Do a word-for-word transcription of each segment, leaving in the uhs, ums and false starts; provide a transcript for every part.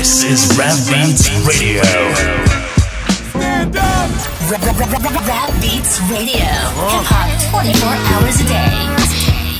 This is Rap Beats Radio. Stand up! Rap Beats Radio. Hip hop twenty-four hours a day.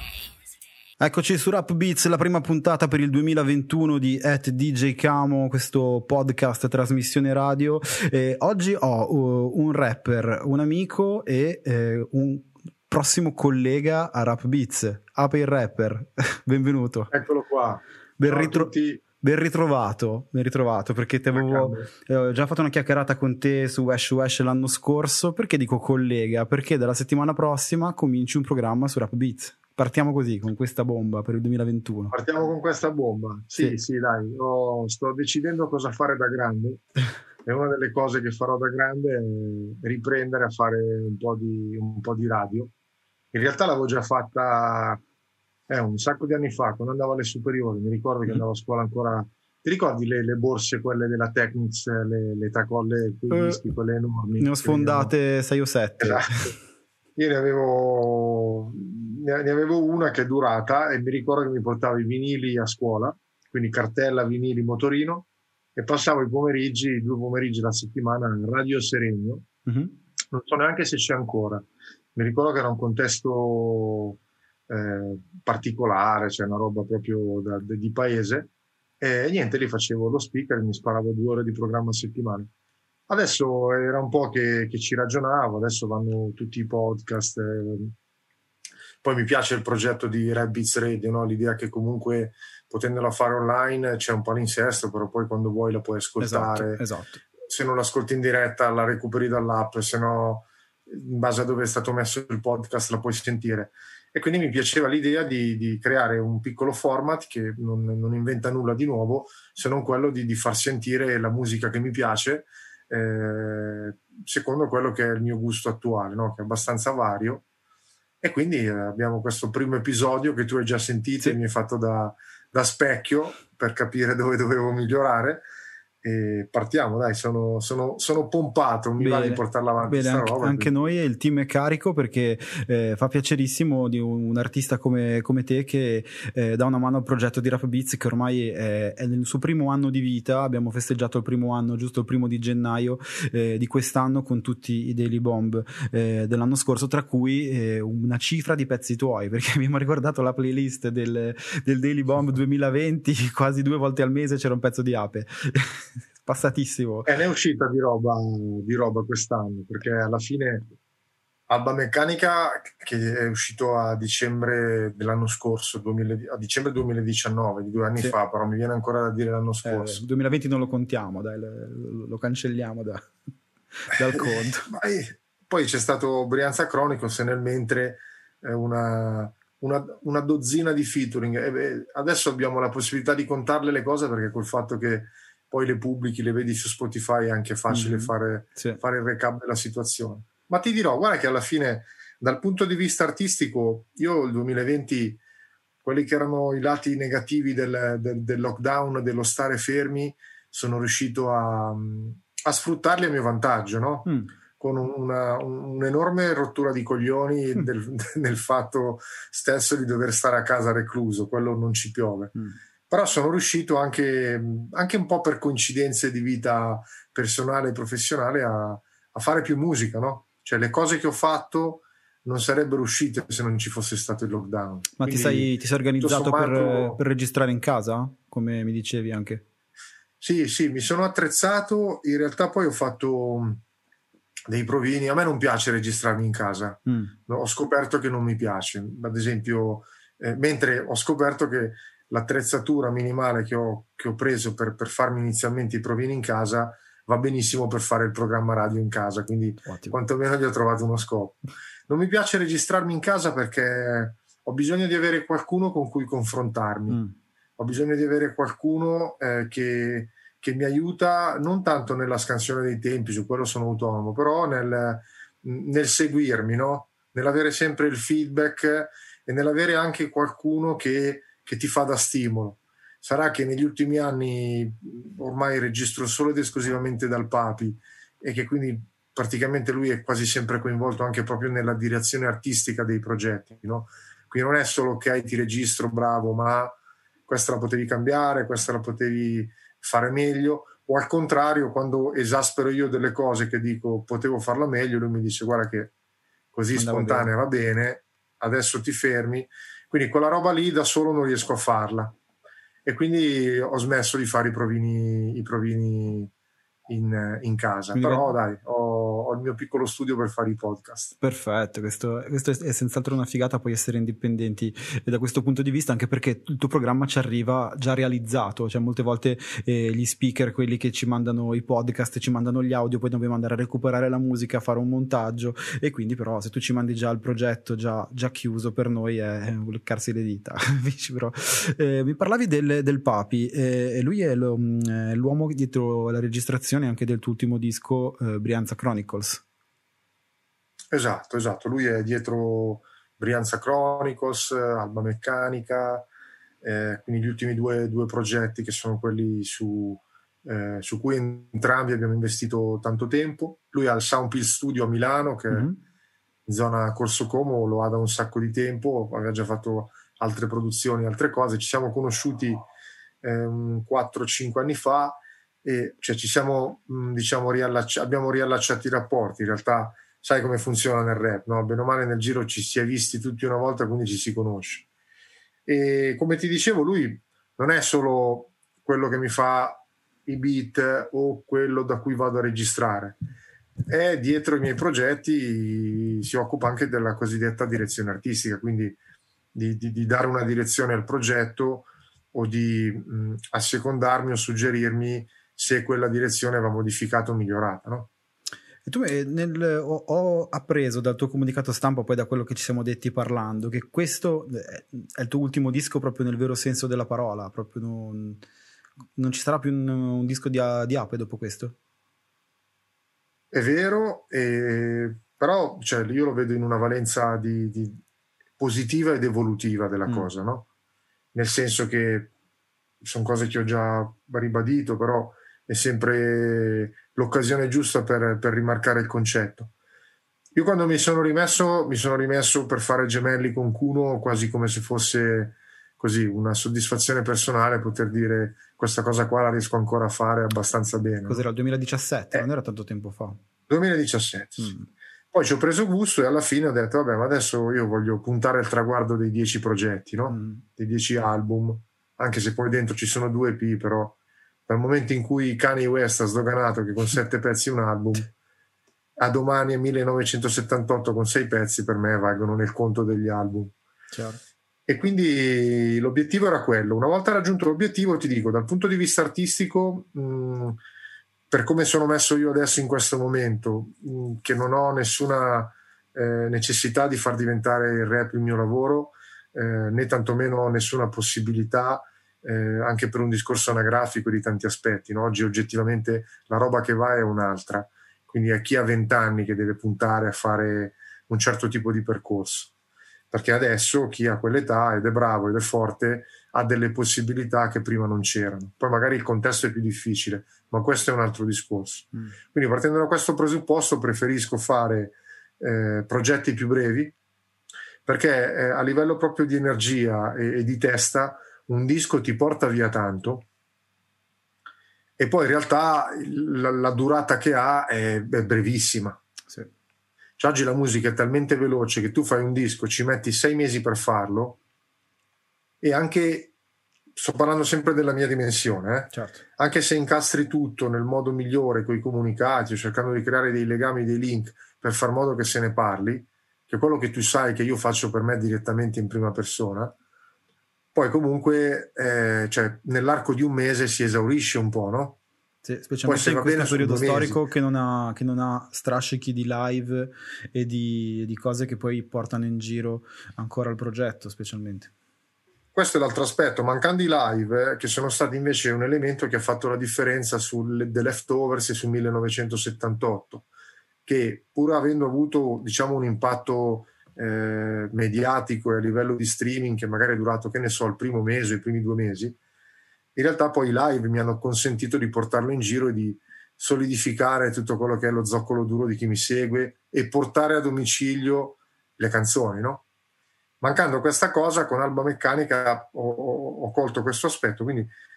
Eccoci su Rap Beats, la prima puntata per il duemilaventuno di at D J Camo, questo podcast trasmissione radio. E oggi ho uh, un rapper, un amico e uh, un prossimo collega a Rap Beats, Ape il rapper. Benvenuto. Eccolo qua. Ben, Ciao ritro- a tutti. ben ritrovato, ben ritrovato perché ti avevo eh, già fatto una chiacchierata con te su Wesh Wesh l'anno scorso. Perché dico collega? Perché dalla settimana prossima cominci un programma su Rap Beats. Partiamo così, con questa bomba per il duemilaventuno. Partiamo con questa bomba. Sì, sì, sì dai. Oh, sto decidendo cosa fare da grande. E una delle cose che farò da grande è riprendere a fare un po' di, un po' di radio. In realtà l'avevo già fatta eh, un sacco di anni fa, quando andavo alle superiori. Mi ricordo che andavo a scuola ancora. Ti ricordi le, le borse, quelle della Technics, le, le tracolle, quei dischi, quelle enormi? Ne ho sfondate sei o sette. Esatto. Io ne avevo, ne avevo una che è durata e mi ricordo che mi portavo i vinili a scuola, quindi cartella, vinili, motorino, e passavo i pomeriggi, due pomeriggi alla settimana a Radio Seregno. Mm-hmm. Non so neanche se c'è ancora. Mi ricordo che era un contesto eh, particolare, cioè una roba proprio da, da, di paese, e niente, lì facevo lo speaker e mi sparavo due ore di programma a settimana. Adesso era un po' che, che ci ragionavo, adesso vanno tutti i podcast, eh. Poi mi piace il progetto di Rap Beats Radio, no? L'idea che comunque potendolo fare online c'è un palinsesto, però poi quando vuoi la puoi ascoltare. Esatto, esatto. Se non l'ascolti in diretta la recuperi dall'app, se no in base a dove è stato messo il podcast la puoi sentire. E quindi mi piaceva l'idea di, di creare un piccolo format che non, non inventa nulla di nuovo, se non quello di, di far sentire la musica che mi piace, Eh, secondo quello che è il mio gusto attuale, no? Che è abbastanza vario, e quindi eh, abbiamo questo primo episodio che tu hai già sentito, sì. E mi hai fatto da, da specchio per capire dove dovevo migliorare, e partiamo, dai, sono, sono, sono pompato, mi va di portarla avanti. Bene, anche, roba, anche noi, il team è carico perché eh, fa piacerissimo di un, un artista come, come te che eh, dà una mano al progetto di Rap Beats, che ormai è, è nel suo primo anno di vita. Abbiamo festeggiato il primo anno giusto il primo di gennaio eh, di quest'anno con tutti i Daily Bomb eh, dell'anno scorso, tra cui eh, una cifra di pezzi tuoi, perché abbiamo ricordato la playlist del, del Daily Bomb duemilaventi, quasi due volte al mese c'era un pezzo di Ape. Passatissimo. E ne è uscita di roba, di roba quest'anno, perché alla fine Alba Meccanica, che è uscito a dicembre dell'anno scorso, duemila, a dicembre duemiladiciannove, di due anni sì. fa, però mi viene ancora da dire l'anno scorso. Eh, duemilaventi non lo contiamo, dai, lo, lo cancelliamo da, dal conto. Eh, poi c'è stato Brianza Cronico, se nel mentre eh, una, una, una dozzina di featuring. E beh, adesso abbiamo la possibilità di contarle le cose, perché col fatto che poi le pubblichi, le vedi su Spotify, è anche facile mm-hmm. fare, sì. fare il recap della situazione. Ma ti dirò, guarda che alla fine, dal punto di vista artistico, io il duemilaventi, quelli che erano i lati negativi del, del, del lockdown, dello stare fermi, sono riuscito a, a sfruttarli a mio vantaggio, no? Mm. Con una, un'enorme rottura di coglioni mm. del, nel fatto stesso di dover stare a casa recluso, quello non ci piove. Mm. Però sono riuscito anche, anche un po' per coincidenze di vita personale e professionale a, a fare più musica, no? Cioè le cose che ho fatto non sarebbero uscite se non ci fosse stato il lockdown. Ma ti sei, ti sei organizzato sommato, per, per registrare in casa, come mi dicevi anche? Sì, sì, mi sono attrezzato. In realtà poi ho fatto dei provini. A me non piace registrarmi in casa. Mm. Ho scoperto che non mi piace. Ad esempio, eh, mentre ho scoperto che l'attrezzatura minimale che ho, che ho preso per, per farmi inizialmente i provini in casa va benissimo per fare il programma radio in casa, quindi ottimo. Quantomeno gli ho trovato uno scopo. Non mi piace registrarmi in casa perché ho bisogno di avere qualcuno con cui confrontarmi, mm. ho bisogno di avere qualcuno eh, che, che mi aiuta non tanto nella scansione dei tempi, su quello sono autonomo, però nel, nel seguirmi, no? Nell'avere sempre il feedback e nell'avere anche qualcuno che che ti fa da stimolo. Sarà che negli ultimi anni ormai registro solo ed esclusivamente dal Papi, e che quindi praticamente lui è quasi sempre coinvolto anche proprio nella direzione artistica dei progetti, no? Quindi non è solo ok, ti registro, bravo, ma questa la potevi cambiare, questa la potevi fare meglio, o al contrario, quando esaspero io delle cose che dico potevo farla meglio, lui mi dice guarda che così Andava spontanea bene. va bene, adesso ti fermi. Quindi quella roba lì da solo non riesco a farla, e quindi ho smesso di fare i provini, i provini in, in casa. Quindi Però va- dai, ho, ho il mio piccolo studio per fare i podcast. Perfetto, questo, questo è, è senz'altro una figata poi essere indipendenti e da questo punto di vista, anche perché il tuo programma ci arriva già realizzato, cioè molte volte eh, gli speaker, quelli che ci mandano i podcast, ci mandano gli audio, poi dobbiamo andare a recuperare la musica, fare un montaggio, e quindi però se tu ci mandi già il progetto già, già chiuso, per noi è leccarsi le dita. Però, eh, mi parlavi del, del Papi, eh, e lui è lo, eh, l'uomo dietro la registrazione anche del tuo ultimo disco, eh, Brianza Chronicles. Esatto, esatto. Lui è dietro Brianza Chronicles, Alba Meccanica, eh, quindi gli ultimi due, due progetti che sono quelli su, eh, su cui entrambi abbiamo investito tanto tempo. Lui ha il Soundpill Studio a Milano, che Mm-hmm. in zona Corso Como, lo ha da un sacco di tempo, aveva già fatto altre produzioni, altre cose. Ci siamo conosciuti eh, quattro cinque anni fa, e cioè ci siamo, mh, diciamo, riallacci- abbiamo riallacciato i rapporti. In realtà sai come funziona nel rap, no? Bene o male nel giro ci si è visti tutti una volta, quindi ci si conosce. E come ti dicevo, lui non è solo quello che mi fa i beat o quello da cui vado a registrare, è dietro i miei progetti, si occupa anche della cosiddetta direzione artistica, quindi di, di, di dare una direzione al progetto, o di mh, assecondarmi o suggerirmi se quella direzione va modificata o migliorata, no? E tu eh, nel, ho, ho appreso dal tuo comunicato stampa, poi da quello che ci siamo detti parlando, che questo è il tuo ultimo disco proprio nel vero senso della parola, proprio non, non ci sarà più un, un disco di, di Ape dopo questo? È vero, eh, però cioè, io lo vedo in una valenza di, di positiva ed evolutiva della Mm. cosa, no? Nel senso che sono cose che ho già ribadito, però è sempre l'occasione giusta per, per rimarcare il concetto. Io quando mi sono rimesso, mi sono rimesso per fare Gemelli con Kuno, quasi come se fosse così una soddisfazione personale, poter dire questa cosa qua la riesco ancora a fare abbastanza bene. Cos'era, no? il duemiladiciassette? Eh, Non era tanto tempo fa. duemiladiciassette, sì. Mm. Poi ci ho preso gusto e alla fine ho detto vabbè, ma adesso io voglio puntare al traguardo dei dieci progetti, no? Mm. Dei dieci album, anche se poi dentro ci sono due E P, però dal momento in cui Kanye West ha sdoganato che con sette pezzi un album, a domani è millenovecentosettantotto con sei pezzi, per me valgono nel conto degli album. Chiaro. E quindi l'obiettivo era quello. Una volta raggiunto l'obiettivo, ti dico, dal punto di vista artistico, mh, per come sono messo io adesso in questo momento, mh, che non ho nessuna eh, necessità di far diventare il rap il mio lavoro, eh, né tantomeno ho nessuna possibilità, eh, anche per un discorso anagrafico di tanti aspetti, no? Oggi oggettivamente la roba che va è un'altra, quindi è chi ha vent'anni che deve puntare a fare un certo tipo di percorso, perché adesso chi ha quell'età ed è bravo ed è forte ha delle possibilità che prima non c'erano. Poi magari il contesto è più difficile, ma questo è un altro discorso. Mm. Quindi partendo da questo presupposto preferisco fare eh, progetti più brevi, perché eh, a livello proprio di energia e, e di testa un disco ti porta via tanto, e poi in realtà la, la durata che ha è, è brevissima. Sì. Cioè, oggi la musica è talmente veloce che tu fai un disco, ci metti sei mesi per farlo, e anche, sto parlando sempre della mia dimensione, eh? Certo. Anche se incastri tutto nel modo migliore con i comunicati, cercando di creare dei legami, dei link per far modo che se ne parli, che è quello che tu sai che io faccio per me direttamente in prima persona, poi comunque eh, cioè, nell'arco di un mese si esaurisce un po', no? Sì, specialmente in questo periodo storico che non, ha, che non ha strascichi di live e di, di cose che poi portano in giro ancora il progetto, specialmente. Questo è l'altro aspetto, mancando i live, eh, che sono stati invece un elemento che ha fatto la differenza su The Leftovers e su millenovecentosettantotto, che pur avendo avuto, diciamo, un impatto eh, mediatico e a livello di streaming che magari è durato, che ne so, il primo mese, i primi due mesi, in realtà poi i live mi hanno consentito di portarlo in giro e di solidificare tutto quello che è lo zoccolo duro di chi mi segue e portare a domicilio le canzoni, no? Mancando questa cosa, con Alba Meccanica ho, ho, ho colto questo aspetto, quindi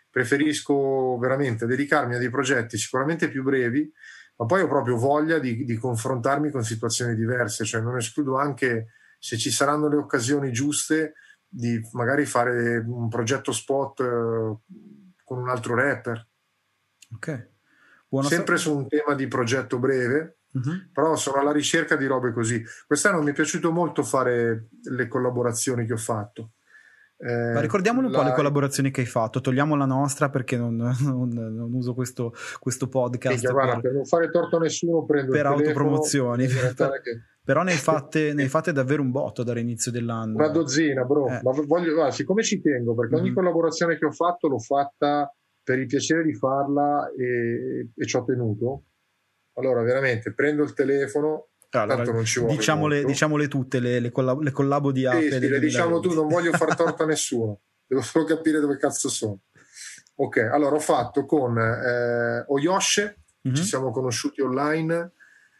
preferisco veramente dedicarmi a dei progetti sicuramente più brevi, ma poi ho proprio voglia di, di confrontarmi con situazioni diverse, cioè non escludo anche, se ci saranno le occasioni giuste, di magari fare un progetto spot eh, con un altro rapper. Ok. Buona Sempre so- su un tema di progetto breve, uh-huh. però sono alla ricerca di robe così. Quest'anno mi è piaciuto molto fare le collaborazioni che ho fatto. Eh, Ma ricordiamolo un la... po' le collaborazioni che hai fatto. Togliamo la nostra perché non, non, non uso questo, questo podcast Minchia, guarda, per, per non fare torto a nessuno prendo per il telefono, autopromozioni. Per, che... però ne hai, fatte, ne hai fatte davvero un botto dall'inizio dell'anno. Una dozzina, bro. Eh. Ma voglio, guarda, siccome ci tengo, perché ogni mm-hmm. collaborazione che ho fatto l'ho fatta per il piacere di farla e, e ci ho tenuto. Allora, veramente, prendo il telefono. Allora, tanto non ci vuole diciamole, diciamole tutte le, le, collab- le collabo di Ape. Sì, sì, le diciamo tu, non voglio far torto a nessuno, devo solo capire dove cazzo sono. Ok, allora ho fatto con eh, Oyoshe, mm-hmm. ci siamo conosciuti online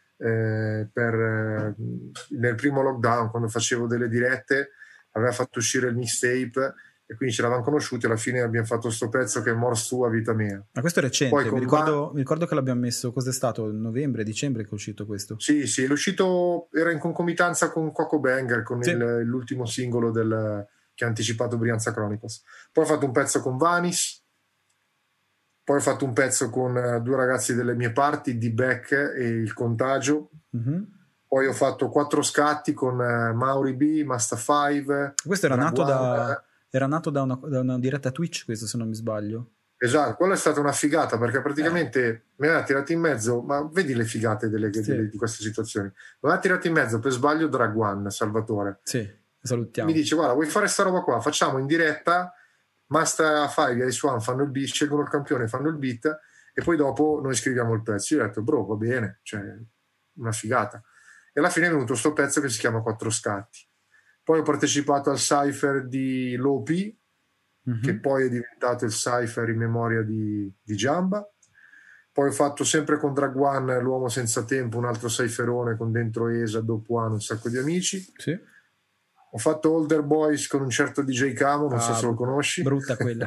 eh, per, eh, nel primo lockdown, quando facevo delle dirette, aveva fatto uscire il mixtape e quindi ce l'avevamo conosciuti. Alla fine abbiamo fatto sto pezzo che è Mors tua, vita mia. Ma questo è recente, Poi mi ricordo, Van... mi ricordo che l'abbiamo messo, cos'è stato? Novembre, dicembre che è uscito questo? Sì, sì, è uscito, era in concomitanza con Coco Banger, con sì. il, l'ultimo singolo del, che ha anticipato Brianza Chronicles. Poi ho fatto un pezzo con Vanis, poi ho fatto un pezzo con due ragazzi delle mie parti, D-Beck e Il Contagio. Mm-hmm. Poi ho fatto quattro scatti con Mauri B, Masta Five. Questo era nato da... Era nato da una, da una diretta Twitch, questo se non mi sbaglio. Esatto, quella è stata una figata perché praticamente eh. mi aveva tirato in mezzo, ma vedi le figate delle, sì. delle, di queste situazioni, mi aveva tirato in mezzo per sbaglio Drag One, Salvatore. Sì, salutiamo. Mi dice, guarda, vuoi fare sta roba qua? Facciamo in diretta, Master Five e i Swan fanno il beat, scelgono il campione, fanno il beat e poi dopo noi scriviamo il pezzo. Io ho detto, bro, va bene, cioè una figata. E alla fine è venuto sto pezzo che si chiama Quattro Scatti. Poi ho partecipato al cypher di Low P, mm-hmm. che poi è diventato il cypher in memoria di, di Giamba. Poi ho fatto sempre con Drag One, L'Uomo Senza Tempo, un altro cypherone con dentro Esa, dopo One, un sacco di amici. Sì. Ho fatto Older Boys con un certo D J Camo, non ah, so se lo conosci. Brutta quella.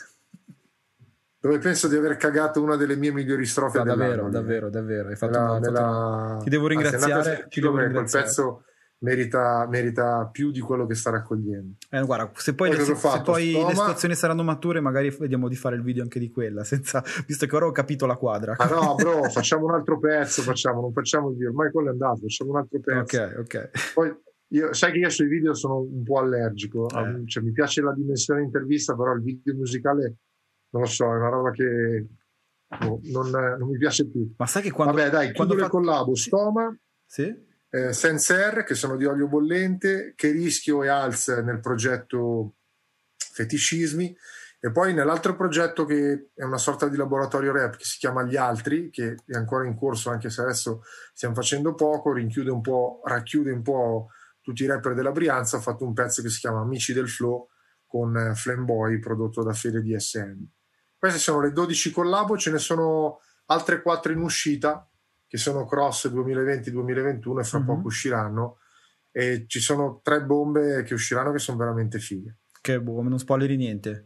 Dove penso di aver cagato una delle mie migliori strofe no, davvero, davvero, davvero. Hai fatto la, una, la... una... Ti devo ringraziare. Ti devo ringraziare. Quel pezzo merita, merita più di quello che sta raccogliendo. Eh, guarda, se poi, le, se, se poi le situazioni saranno mature, magari vediamo di fare il video anche di quella, senza, visto che ora ho capito la quadra. Ah no, bro, facciamo un altro pezzo, facciamo, non facciamo il video, ormai quello è andato, facciamo un altro pezzo. Ok, ok. Poi, io, sai che io sui video sono un po' allergico, eh. cioè, mi piace la dimensione intervista, però il video musicale, non lo so, è una roba che no, non, non mi piace più. Ma sai che quando... Vabbè, dai, quando chiudo fa... le collabo, Stoma... Sì? Eh, Senser, che sono di Olio Bollente, Che Rischio e Alz nel progetto Fetiscismi, e poi nell'altro progetto che è una sorta di laboratorio rap che si chiama Gli Altri, che è ancora in corso anche se adesso stiamo facendo poco, rinchiude un po', racchiude un po' tutti i rapper della Brianza. Ho fatto un pezzo che si chiama Amici del Flow con Flamboy, prodotto da Fede D S M. Queste sono le dodici collabo, ce ne sono altre quattro in uscita che sono Cross duemilaventi duemilaventuno e fra mm-hmm. poco usciranno, e ci sono tre bombe che usciranno che sono veramente fighe. Che boh, non spoileri niente?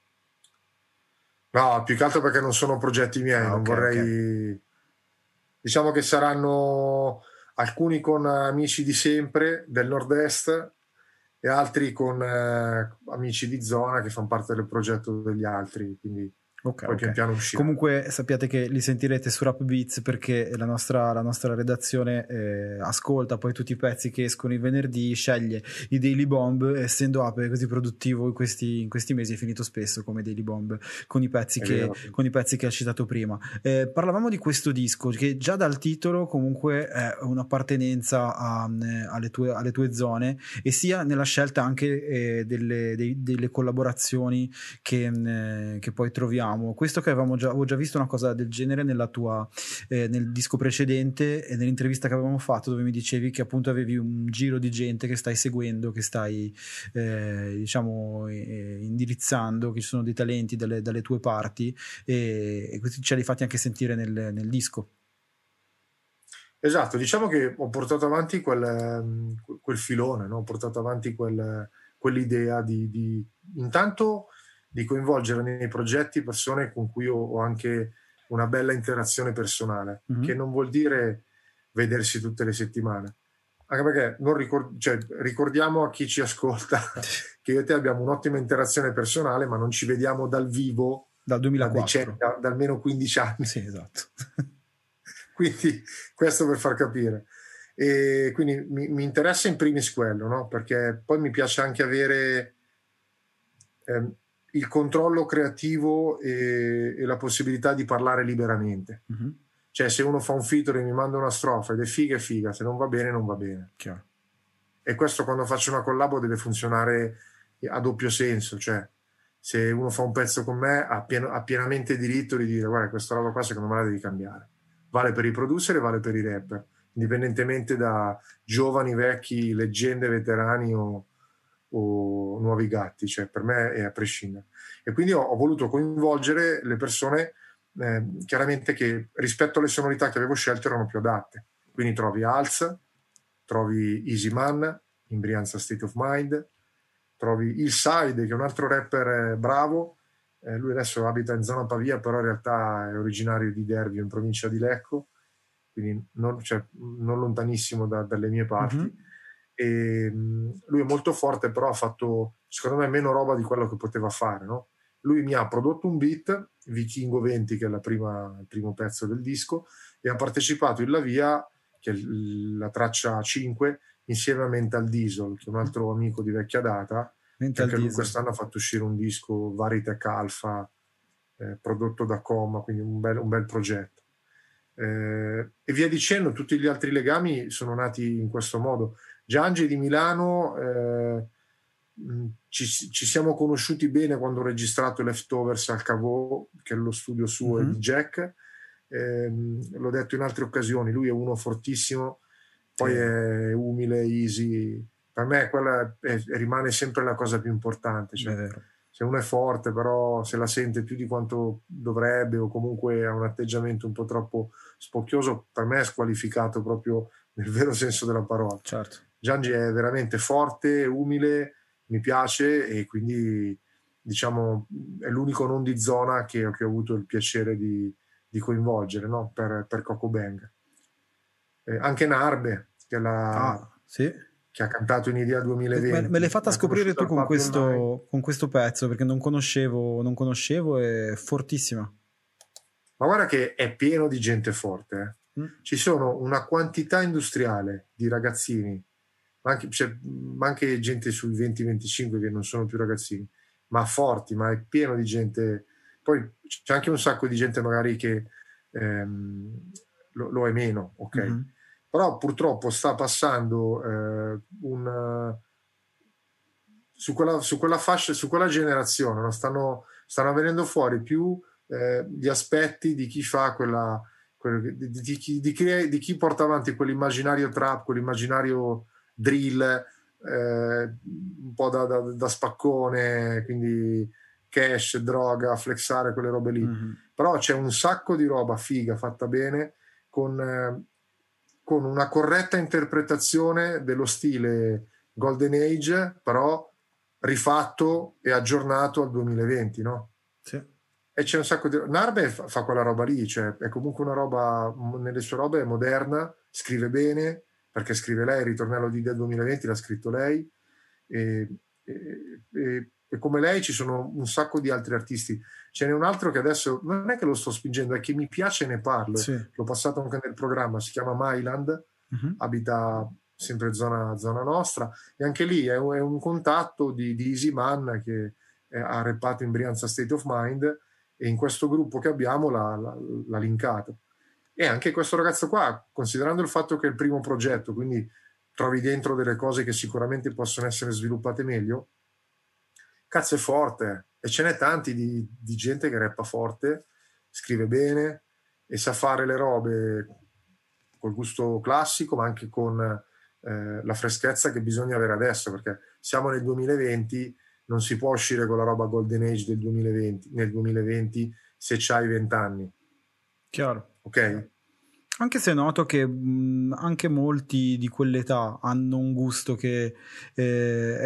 No, più che altro perché non sono progetti miei, ah, non okay, vorrei okay. Diciamo che saranno alcuni con amici di sempre del nord-est e altri con eh, amici di zona che fanno parte del progetto degli altri, quindi Okay, poi okay. pian piano uscirà. Comunque sappiate che li sentirete su Rap Beats perché la nostra, la nostra redazione eh, ascolta poi tutti i pezzi che escono il venerdì, sceglie i Daily Bomb, essendo Ape così produttivo in questi, in questi mesi è finito spesso come Daily Bomb con i pezzi, che, con i pezzi che ha citato prima. Eh, parlavamo di questo disco che già dal titolo comunque è un'appartenenza a, alle, tue, alle tue zone, e sia nella scelta anche eh, delle, dei, delle collaborazioni che, eh, che poi troviamo. Questo che avevamo già, avevo già visto una cosa del genere nella tua, eh, nel disco precedente e nell'intervista che avevamo fatto, dove mi dicevi che appunto avevi un giro di gente che stai seguendo, che stai eh, diciamo eh, indirizzando, che ci sono dei talenti dalle, dalle tue parti, e, e questi ce li hai fatti anche sentire nel, nel disco. Esatto, diciamo che ho portato avanti quel, quel filone, no? Ho portato avanti quel, quell'idea di, di intanto di coinvolgere nei progetti persone con cui ho, ho anche una bella interazione personale, mm-hmm. che non vuol dire vedersi tutte le settimane, anche perché non ricord- cioè, ricordiamo a chi ci ascolta che io e te abbiamo un'ottima interazione personale, ma non ci vediamo dal vivo dal duemilaquattro, da, decenni, da, da almeno quindici anni. Sì, esatto. Quindi questo per far capire. E quindi mi, mi interessa in primis quello, no? Perché poi mi piace anche avere ehm, il controllo creativo e, e la possibilità di parlare liberamente. Mm-hmm. Cioè, se uno fa un feature e mi manda una strofa ed è figa è figa, se non va bene non va bene. Chiaro. E questo, quando faccio una collabo, deve funzionare a doppio senso. Cioè, se uno fa un pezzo con me ha, pieno, ha pienamente diritto di dire guarda, questa roba qua secondo me la devi cambiare. Vale per i producer e vale per i rapper, indipendentemente da giovani, vecchi, leggende, veterani o, o nuovi gatti. Cioè, per me è a prescindere. E quindi ho, ho voluto coinvolgere le persone eh, chiaramente che rispetto alle sonorità che avevo scelto erano più adatte. Quindi trovi Alz, trovi Easy Man in Brianza State of Mind, trovi Il Side, che è un altro rapper bravo, eh, lui adesso abita in zona Pavia, però in realtà è originario di Dervio, in provincia di Lecco, quindi non, cioè, non lontanissimo da, dalle mie parti. Mm-hmm. E mh, lui è molto forte, però ha fatto secondo me meno roba di quello che poteva fare, no? Lui mi ha prodotto un beat, Vichingo venti, che è la prima, il primo pezzo del disco, e ha partecipato in La Via, che è la traccia cinque, insieme a Mental Diesel, che è un altro amico di vecchia data, che anche lui quest'anno ha fatto uscire un disco Varitech Alpha, eh, prodotto da Coma, quindi un bel, un bel progetto. Eh, e via dicendo, tutti gli altri legami sono nati in questo modo. Giangi di Milano, eh, ci, ci siamo conosciuti bene quando ho registrato Leftovers al Cavò, che è lo studio suo, mm-hmm. e di Jack. Eh, l'ho detto in altre occasioni, lui è uno fortissimo, poi sì. È umile, easy. Per me quella è, rimane sempre la cosa più importante, cioè, se uno è forte però se la sente più di quanto dovrebbe o comunque ha un atteggiamento un po' troppo spocchioso, per me è squalificato proprio nel vero senso della parola. Certo. Giangi è veramente forte, umile, mi piace, e quindi diciamo è l'unico non di zona che, che ho avuto il piacere di, di coinvolgere, no? per, per Coco Bang. Eh, anche Narbe, che, la, ah, sì. che ha cantato in Idea duemilaventi. Me, me l'hai fatta scoprire tu con questo, con questo pezzo, perché non conoscevo, non conoscevo, è fortissima. Ma guarda che è pieno di gente forte. Eh. Mm. Ci sono una quantità industriale di ragazzini, ma anche, cioè, ma anche gente sui venti venticinque che non sono più ragazzini, ma forti, ma è pieno di gente. Poi c'è anche un sacco di gente magari che ehm, lo, lo è meno, ok? Mm-hmm. Però purtroppo sta passando eh, un su quella, su quella fascia, su quella generazione, no? stanno, stanno venendo fuori più eh, gli aspetti di chi fa quella, quella di, di, chi, di, chi, di chi porta avanti quell'immaginario trap, quell'immaginario drill, eh, un po' da, da, da spaccone, quindi cash, droga, flexare, quelle robe lì. Mm-hmm. Però c'è un sacco di roba figa fatta bene, con eh, con una corretta interpretazione dello stile Golden Age, però rifatto e aggiornato al duemilaventi, no? Sì. E c'è un sacco di... Narbe fa, fa quella roba lì, cioè è comunque una roba, nelle sue robe è moderna, scrive bene, perché scrive lei, il ritornello di del duemilaventi l'ha scritto lei, e, e, e, e come lei ci sono un sacco di altri artisti. Ce n'è un altro che adesso non è che lo sto spingendo, è che mi piace e ne parlo. Sì. L'ho passato anche nel programma, si chiama Myland, uh-huh. abita sempre zona, zona nostra, e anche lì è un, è un contatto di, di Easy Man che è, ha rappato in Brianza State of Mind, e in questo gruppo che abbiamo l'ha, l'ha, l'ha linkato. E anche questo ragazzo qua, considerando il fatto che è il primo progetto, quindi trovi dentro delle cose che sicuramente possono essere sviluppate meglio, cazzo è forte. E ce n'è tanti di, di gente che rappa forte, scrive bene e sa fare le robe col gusto classico, ma anche con eh, la freschezza che bisogna avere adesso, perché siamo nel duemilaventi, non si può uscire con la roba Golden Age del duemilaventi, nel duemilaventi se c'hai venti anni. Chiaro. Ok? Anche se noto che mh, anche molti di quell'età hanno un gusto che eh, è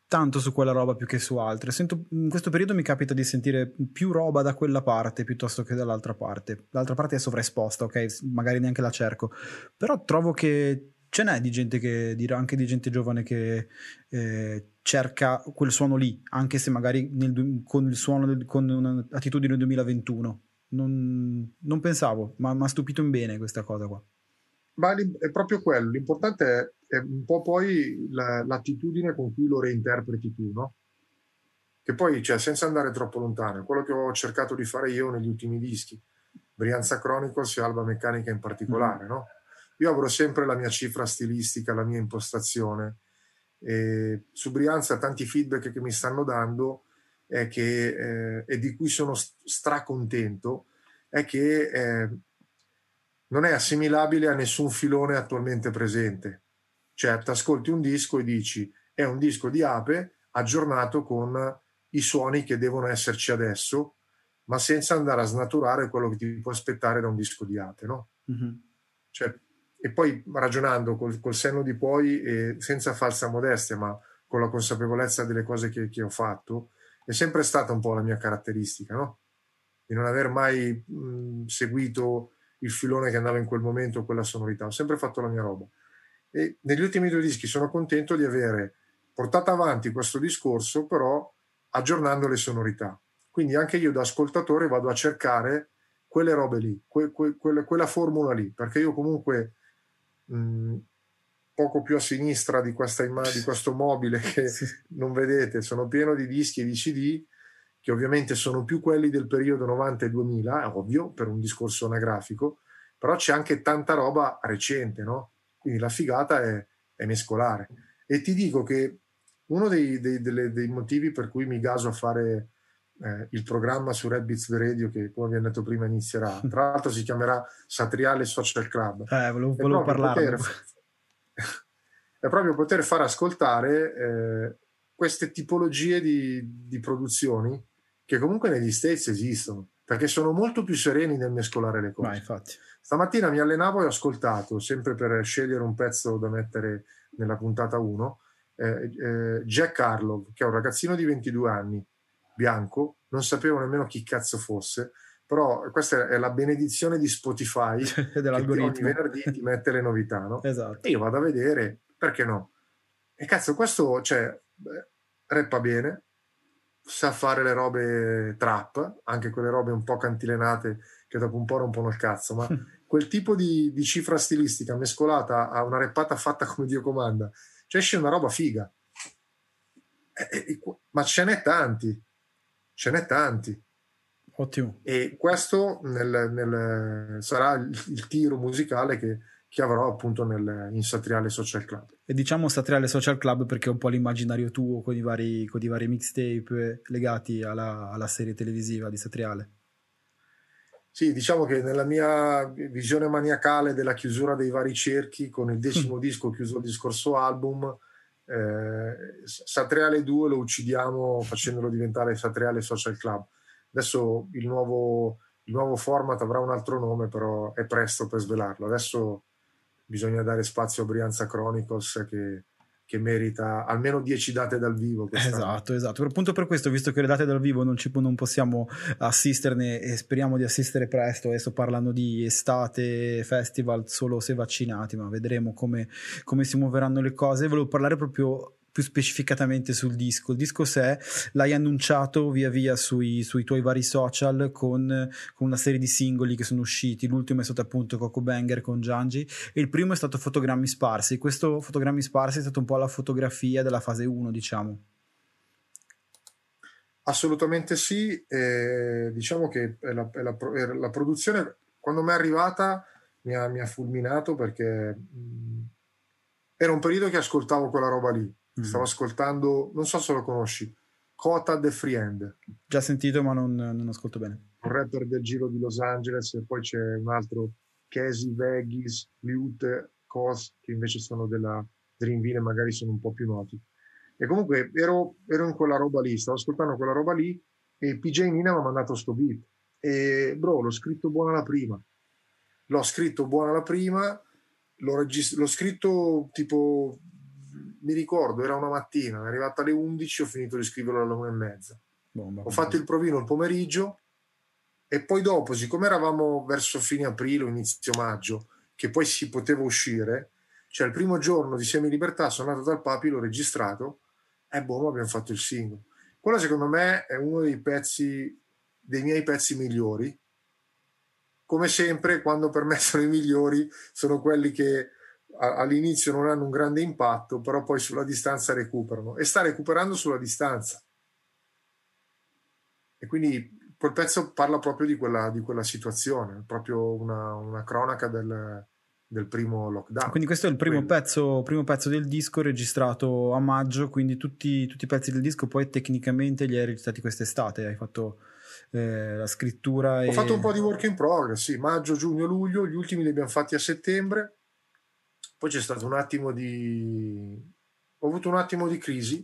tanto su quella roba più che su altre. Sento, in questo periodo mi capita di sentire più roba da quella parte piuttosto che dall'altra parte. L'altra parte è sovraesposta, ok? Magari neanche la cerco, però trovo che ce n'è di gente che dirà, anche di gente giovane che eh, cerca quel suono lì, anche se magari nel, con il suono del, con un'attitudine duemilaventuno. Non, non pensavo, ma mi ha stupito in bene questa cosa qua. Ma è proprio quello, l'importante è, è un po' poi la, l'attitudine con cui lo reinterpreti tu, no? Che poi, cioè, senza andare troppo lontano, è quello che ho cercato di fare io negli ultimi dischi, Brianza Chronicles e Alba Meccanica in particolare, mm. no? Io avrò sempre la mia cifra stilistica, la mia impostazione, e su Brianza tanti feedback che mi stanno dando è che, eh, e di cui sono stracontento, è che eh, non è assimilabile a nessun filone attualmente presente. Cioè, ti ascolti un disco e dici è un disco di Ape aggiornato con i suoni che devono esserci adesso, ma senza andare a snaturare quello che ti può aspettare da un disco di Ape, no? Mm-hmm. Cioè, e poi ragionando col, col senno di poi e senza falsa modestia, ma con la consapevolezza delle cose che, che ho fatto, è sempre stata un po' la mia caratteristica, no? Di non aver mai mh, seguito il filone che andava in quel momento, quella sonorità. Ho sempre fatto la mia roba. E negli ultimi due dischi sono contento di avere portato avanti questo discorso, però aggiornando le sonorità. Quindi anche io da ascoltatore vado a cercare quelle robe lì, que, que, quelle, quella formula lì, perché io comunque mh, poco più a sinistra di, questa immagine, di questo mobile che non vedete, sono pieno di dischi e di C D, che ovviamente sono più quelli del periodo novanta e duemila, è ovvio, per un discorso anagrafico, però c'è anche tanta roba recente, no? Quindi la figata è, è mescolare. E ti dico che uno dei, dei, delle, dei motivi per cui mi gaso a fare eh, il programma su Red Beats Radio, che come abbiamo detto prima inizierà, tra l'altro si chiamerà Satriale Social Club, eh, volevo, volevo parlarne. Poter, è proprio poter far ascoltare eh, queste tipologie di, di produzioni che comunque negli States esistono, perché sono molto più sereni nel mescolare le cose. Ma infatti. Stamattina mi allenavo e ho ascoltato, sempre per scegliere un pezzo da mettere nella puntata uno, eh, eh, Jack Harlow, che è un ragazzino di ventidue anni, bianco, non sapevo nemmeno chi cazzo fosse, però questa è la benedizione di Spotify, dell'algoritmo. Che ogni venerdì ti mette le novità, no? Esatto. E io vado a vedere, perché no? E cazzo, questo, cioè, rappa bene, sa fare le robe trap, anche quelle robe un po' cantilenate che dopo un po' rompono il cazzo, ma quel tipo di, di cifra stilistica mescolata a una rappata fatta come Dio comanda, cioè esce una roba figa. E, e, ma ce n'è tanti, ce n'è tanti. Ottimo. E questo nel, nel, sarà il, il tiro musicale che, che avrò appunto nel, in Satriale Social Club. E diciamo Satriale Social Club perché è un po' l'immaginario tuo con i vari, con i vari mixtape legati alla, alla serie televisiva di Satriale. Sì, diciamo che nella mia visione maniacale della chiusura dei vari cerchi, con il decimo disco chiuso il discorso album, eh, Satriale due lo uccidiamo facendolo diventare Satriale Social Club. Adesso il nuovo, il nuovo format avrà un altro nome, però è presto per svelarlo. Adesso bisogna dare spazio a Brianza Chronicles che, che merita almeno dieci date dal vivo. Quest'anno. Esatto, esatto. Appunto per questo, visto che le date dal vivo non, ci, non possiamo assisterne e speriamo di assistere presto, adesso parlando di estate, festival solo se vaccinati, ma vedremo come, come si muoveranno le cose. Volevo parlare proprio più specificatamente sul disco. Il disco sé l'hai annunciato via via sui, sui tuoi vari social con, con una serie di singoli che sono usciti. L'ultimo è stato appunto Coco Banger con Giangi e il primo è stato Fotogrammi Sparsi. Questo Fotogrammi Sparsi è stato un po' la fotografia della fase uno, diciamo. Assolutamente sì, eh, diciamo che è la, è la, è la produzione quando mi è arrivata mi ha, mi ha fulminato perché mh, era un periodo che ascoltavo quella roba lì. Stavo ascoltando, non so se lo conosci, Kota The Friend. Già sentito, ma non, non ascolto bene. Un rapper del giro di Los Angeles, e poi c'è un altro, Casey Vegas, Lute, Cos, che invece sono della Dreamville e magari sono un po' più noti. E comunque ero, ero in quella roba lì, stavo ascoltando quella roba lì e P J Nina mi ha mandato sto beat. E bro, l'ho scritto buona la prima. L'ho scritto buona la prima, l'ho, regist- l'ho scritto tipo mi ricordo, era una mattina, è arrivata alle undici, ho finito di scriverlo alle una e mezza. Bomba, ho fatto il provino il pomeriggio e poi dopo, siccome eravamo verso fine aprile o inizio maggio, che poi si poteva uscire, cioè il primo giorno di Semi Libertà sono andato dal Papi, l'ho registrato e boh, abbiamo fatto il singolo. Quello secondo me è uno dei pezzi, dei miei pezzi migliori. Come sempre, quando per me sono i migliori, sono quelli che all'inizio non hanno un grande impatto, però poi sulla distanza recuperano, e sta recuperando sulla distanza. E quindi quel pezzo parla proprio di quella, di quella situazione, proprio una, una cronaca del, del primo lockdown. Quindi questo è il primo pezzo, primo pezzo del disco registrato a maggio, quindi tutti, tutti i pezzi del disco poi tecnicamente li hai registrati quest'estate, hai fatto eh, la scrittura. Ho e... fatto un po' di work in progress, sì, maggio, giugno, luglio, gli ultimi li abbiamo fatti a settembre, poi c'è stato un attimo di... ho avuto un attimo di crisi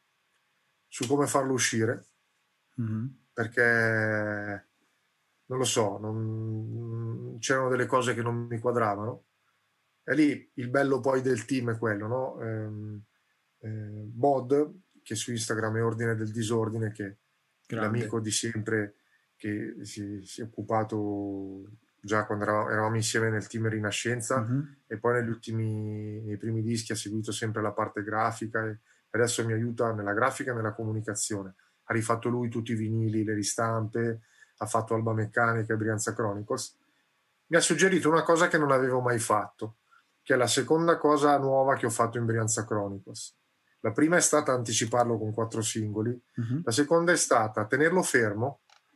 su come farlo uscire, mm-hmm. perché non lo so, non... c'erano delle cose che non mi quadravano. E lì il bello poi del team è quello, no? Ehm, eh, Bod, che su Instagram è Ordine del Disordine, che è l'amico di sempre che si, si è occupato già quando eravamo, eravamo insieme nel team Rinascenza, mm-hmm. e poi negli ultimi, nei primi dischi ha seguito sempre la parte grafica e adesso mi aiuta nella grafica e nella comunicazione. Ha rifatto lui tutti i vinili, le ristampe, ha fatto Alba Meccanica e Brianza Chronicles. Mi ha suggerito una cosa che non avevo mai fatto, che è la seconda cosa nuova che ho fatto in Brianza Chronicles. La prima è stata anticiparlo con quattro singoli, uh-huh. la seconda è stata tenerlo fermo,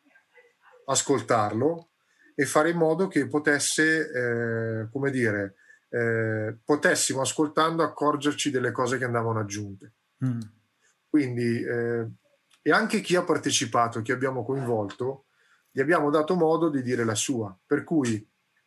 ascoltarlo e fare in modo che potesse, eh, come dire, eh, potessimo ascoltando accorgerci delle cose che andavano aggiunte. Mm. Quindi, eh, e anche chi ha partecipato, chi abbiamo coinvolto, gli abbiamo dato modo di dire la sua. Per cui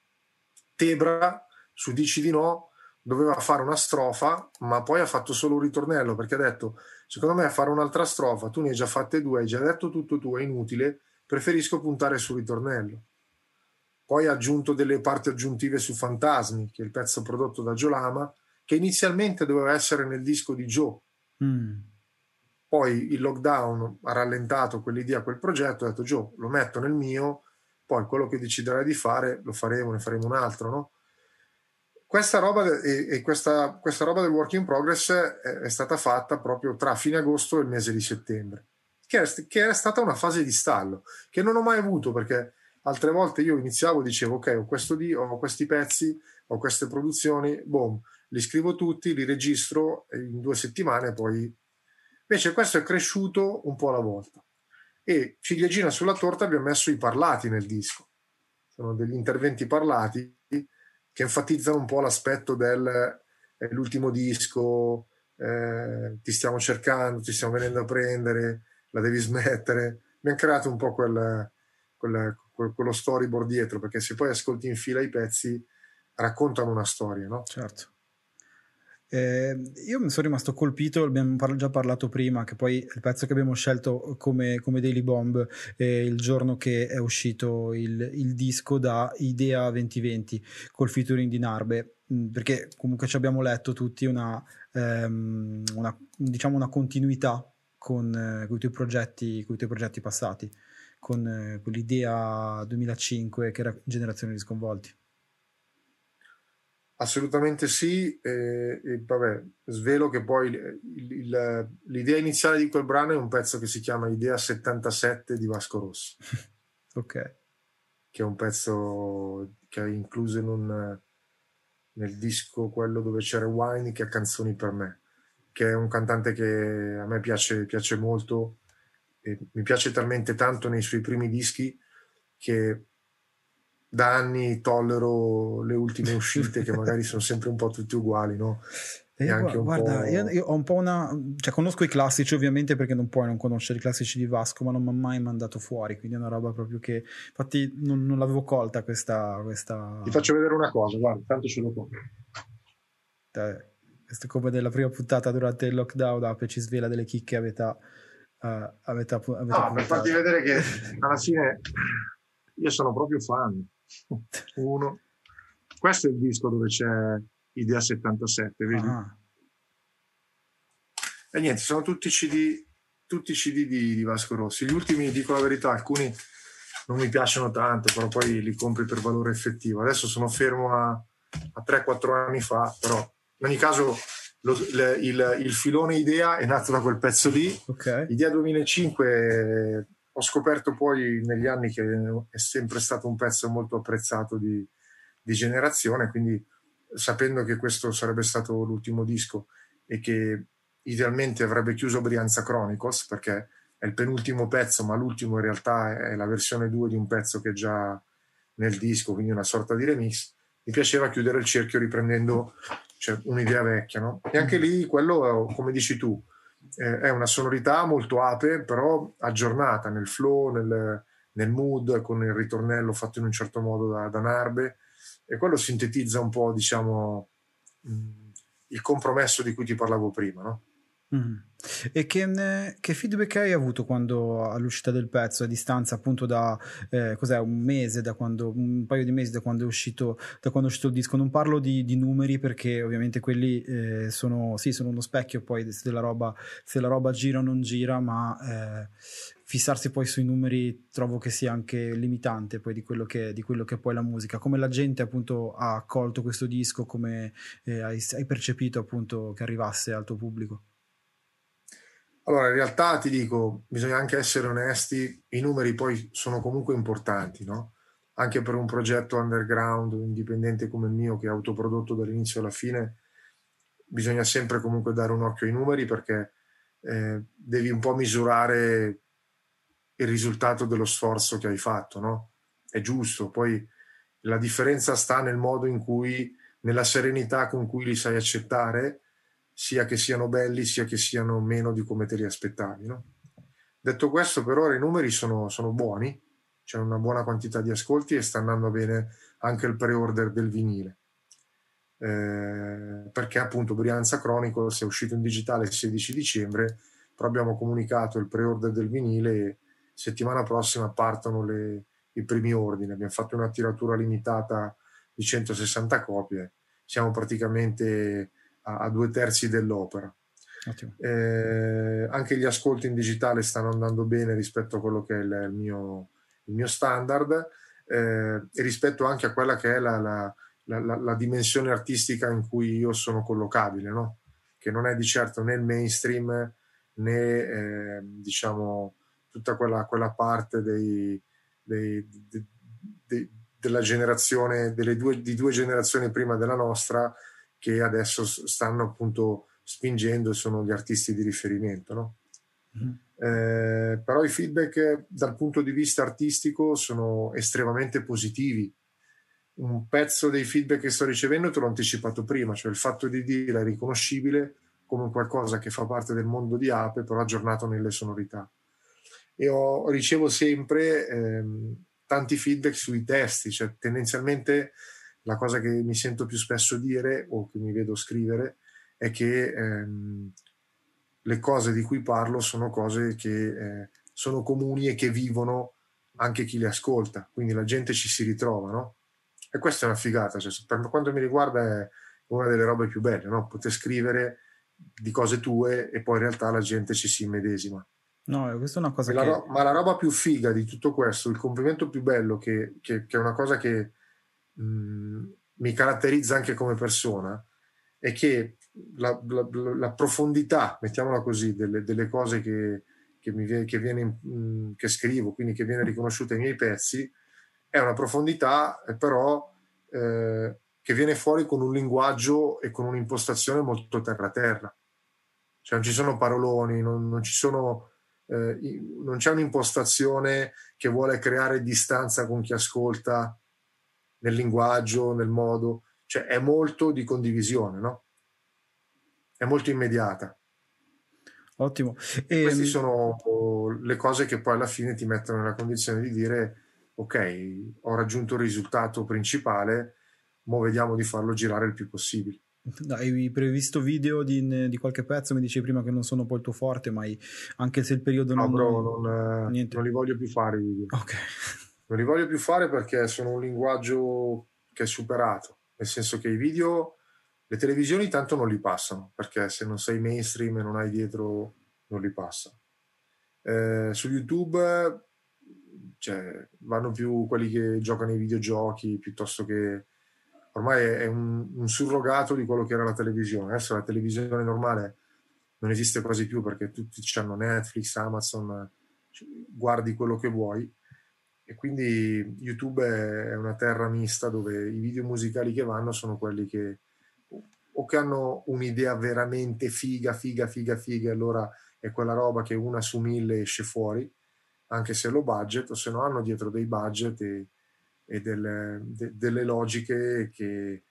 Tebra, su Dici di no, doveva fare una strofa, ma poi ha fatto solo un ritornello, perché ha detto, secondo me fare un'altra strofa, tu ne hai già fatte due, hai già detto tutto tu, è inutile, preferisco puntare sul ritornello. Poi ha aggiunto delle parti aggiuntive su Fantasmi, che è il pezzo prodotto da Joe Lama, che inizialmente doveva essere nel disco di Joe. Mm. Poi il lockdown ha rallentato quell'idea, quel progetto, ha detto Joe, lo metto nel mio, poi quello che deciderai di fare lo faremo, ne faremo un altro, no? Questa roba e, e questa, questa roba del work in progress è, è stata fatta proprio tra fine agosto e il mese di settembre, che è, che è stata una fase di stallo che non ho mai avuto, perché altre volte io iniziavo e dicevo ok, ho, questo di, ho questi pezzi, ho queste produzioni, boom, li scrivo tutti, li registro in due settimane, poi invece questo è cresciuto un po' alla volta. E ciliegina sulla torta abbiamo messo i parlati nel disco, sono degli interventi parlati che enfatizzano un po' l'aspetto del eh, l'ultimo disco, eh, ti stiamo cercando, ti stiamo venendo a prendere, la devi smettere. Abbiamo creato un po' quel, quel, quel, quello storyboard dietro, perché se poi ascolti in fila i pezzi raccontano una storia, no? Certo. Eh, io mi sono rimasto colpito, abbiamo par- già parlato prima, che poi il pezzo che abbiamo scelto come, come Daily Bomb eh, il giorno che è uscito il, il disco da Idea duemilaventi col featuring di Narbe, mh, perché comunque ci abbiamo letto tutti una, ehm, una diciamo una continuità con, eh, con i tuoi progetti, con i tuoi progetti passati, con, eh, con l'Idea duemilacinque che era Generazione di Sconvolti. Assolutamente sì, e, e vabbè, svelo che poi il, il, l'idea iniziale di quel brano è un pezzo che si chiama Idea settantasette di Vasco Rossi. Ok. Che è un pezzo che è incluso in un, nel disco quello dove c'era Wine, che ha Canzoni per me, che è un cantante che a me piace, piace molto, e mi piace talmente tanto nei suoi primi dischi che da anni tollero le ultime uscite che magari sono sempre un po' tutte uguali, no? E e anche guarda, un po'... io, io ho un po' una, cioè conosco i classici ovviamente, perché non puoi non conoscere i classici di Vasco, ma non mi ha mai mandato fuori, quindi è una roba proprio che infatti non, non l'avevo colta questa, questa... Ti faccio vedere una cosa, guarda, tanto ce l'ho qua. Eh, questo è come della prima puntata durante il lockdown, Ape ci svela delle chicche a metà, uh, a metà, a metà no, puntata. Per farti vedere che alla fine io sono proprio fan. Uno, questo è il disco dove c'è Idea settantasette, vedi? Ah. E niente, sono tutti C D, tutti C D di, di Vasco Rossi. Gli ultimi, dico la verità, alcuni non mi piacciono tanto, però poi li compri per valore effettivo. Adesso sono fermo a, a tre quattro anni fa, però in ogni caso lo, le, il, il filone idea è nato da quel pezzo lì. Okay. Idea duemilacinque, ho scoperto poi negli anni che è sempre stato un pezzo molto apprezzato di, di generazione, quindi sapendo che questo sarebbe stato l'ultimo disco e che idealmente avrebbe chiuso Brianza Chronicles, perché è il penultimo pezzo, ma l'ultimo in realtà è la versione due di un pezzo che è già nel disco, quindi una sorta di remix, mi piaceva chiudere il cerchio riprendendo, cioè, un'idea vecchia, no? E anche lì quello, come dici tu, eh, è una sonorità molto ape, però aggiornata nel flow, nel, nel mood, con il ritornello fatto in un certo modo da, da Narbe, e quello sintetizza un po', diciamo, mh, il compromesso di cui ti parlavo prima, no? Mm. E che, che feedback hai avuto quando all'uscita del pezzo, a distanza appunto da eh, cos'è, un mese, da quando, un paio di mesi da quando è uscito, da quando è uscito il disco? Non parlo di, di numeri, perché ovviamente quelli eh, sono, sì, sono uno specchio poi se la roba, se la roba gira o non gira, ma eh, fissarsi poi sui numeri trovo che sia anche limitante poi di quello che, di quello che è poi la musica. Come la gente appunto ha accolto questo disco, come eh, hai, hai percepito appunto che arrivasse al tuo pubblico? Allora, in realtà ti dico, bisogna anche essere onesti, i numeri poi sono comunque importanti, no? Anche per un progetto underground, indipendente come il mio, che è autoprodotto dall'inizio alla fine, bisogna sempre comunque dare un occhio ai numeri, perché eh, devi un po' misurare il risultato dello sforzo che hai fatto, no? È giusto, poi la differenza sta nel modo in cui, nella serenità con cui li sai accettare, sia che siano belli, sia che siano meno di come te li aspettavi, no? Detto questo, per ora i numeri sono, sono buoni, c'è una buona quantità di ascolti e sta andando bene anche il pre-order del vinile, eh, perché appunto Brianza Chronicles è uscito in digitale il sedici dicembre, però abbiamo comunicato il pre-order del vinile e settimana prossima partono le, i primi ordini. Abbiamo fatto una tiratura limitata di centosessanta copie, siamo praticamente a due terzi dell'opera. Eh, anche gli ascolti in digitale stanno andando bene rispetto a quello che è il, il, mio, il mio standard, eh, e rispetto anche a quella che è la, la, la, la dimensione artistica in cui io sono collocabile, no? Che non è di certo né il mainstream né eh, diciamo tutta quella, quella parte dei, dei, dei, dei, della generazione, delle due, di due generazioni prima della nostra, che adesso stanno appunto spingendo e sono gli artisti di riferimento, no? Mm. Eh, però i feedback dal punto di vista artistico sono estremamente positivi. Un pezzo dei feedback che sto ricevendo te l'ho anticipato prima, cioè il fatto di dire è riconoscibile come qualcosa che fa parte del mondo di Ape, però aggiornato nelle sonorità. E ho, ricevo sempre ehm, tanti feedback sui testi, cioè tendenzialmente la cosa che mi sento più spesso dire o che mi vedo scrivere è che ehm, le cose di cui parlo sono cose che eh, sono comuni e che vivono anche chi le ascolta, quindi la gente ci si ritrova, no? E questa è una figata, cioè, per quanto mi riguarda è una delle robe più belle, no? Poter scrivere di cose tue e poi in realtà la gente ci si immedesima. No, questa è una cosa e che... la ro- ma la roba più figa di tutto questo, il complimento più bello, che, che, che è una cosa che mh, mi caratterizza anche come persona, è che la, la, la profondità, mettiamola così, delle, delle cose che, che, mi, che, viene, mh, che scrivo, quindi che viene riconosciuta ai miei pezzi, è una profondità eh, però eh, che viene fuori con un linguaggio e con un'impostazione molto terra-terra. Cioè non ci sono paroloni, non, non ci sono... Eh, non c'è un'impostazione che vuole creare distanza con chi ascolta nel linguaggio, nel modo, cioè è molto di condivisione, no? È molto immediata. Ottimo. E e queste sono le cose che poi alla fine ti mettono nella condizione di dire ok, ho raggiunto il risultato principale, mo vediamo di farlo girare il più possibile. Hai previsto video di, di qualche pezzo? Mi dicevi prima che non sono poi il tuo forte, ma anche se il periodo no, non... bro, non, niente. non li voglio più fare i video. Ok. Non li voglio più fare perché sono un linguaggio che è superato, nel senso che i video Le televisioni tanto non li passano, perché se non sei mainstream e non hai dietro non li passano. Eh, su YouTube cioè, vanno più quelli che giocano ai videogiochi piuttosto che... Ormai è un, un surrogato di quello che era la televisione. Adesso la televisione normale non esiste quasi più perché tutti hanno Netflix, Amazon, guardi quello che vuoi, e quindi YouTube è una terra mista dove i video musicali che vanno sono quelli che o che hanno un'idea veramente figa, figa, figa, figa, e allora è quella roba che una su mille esce fuori, anche se lo budget, o se no hanno dietro dei budget e, e delle, de, delle logiche che,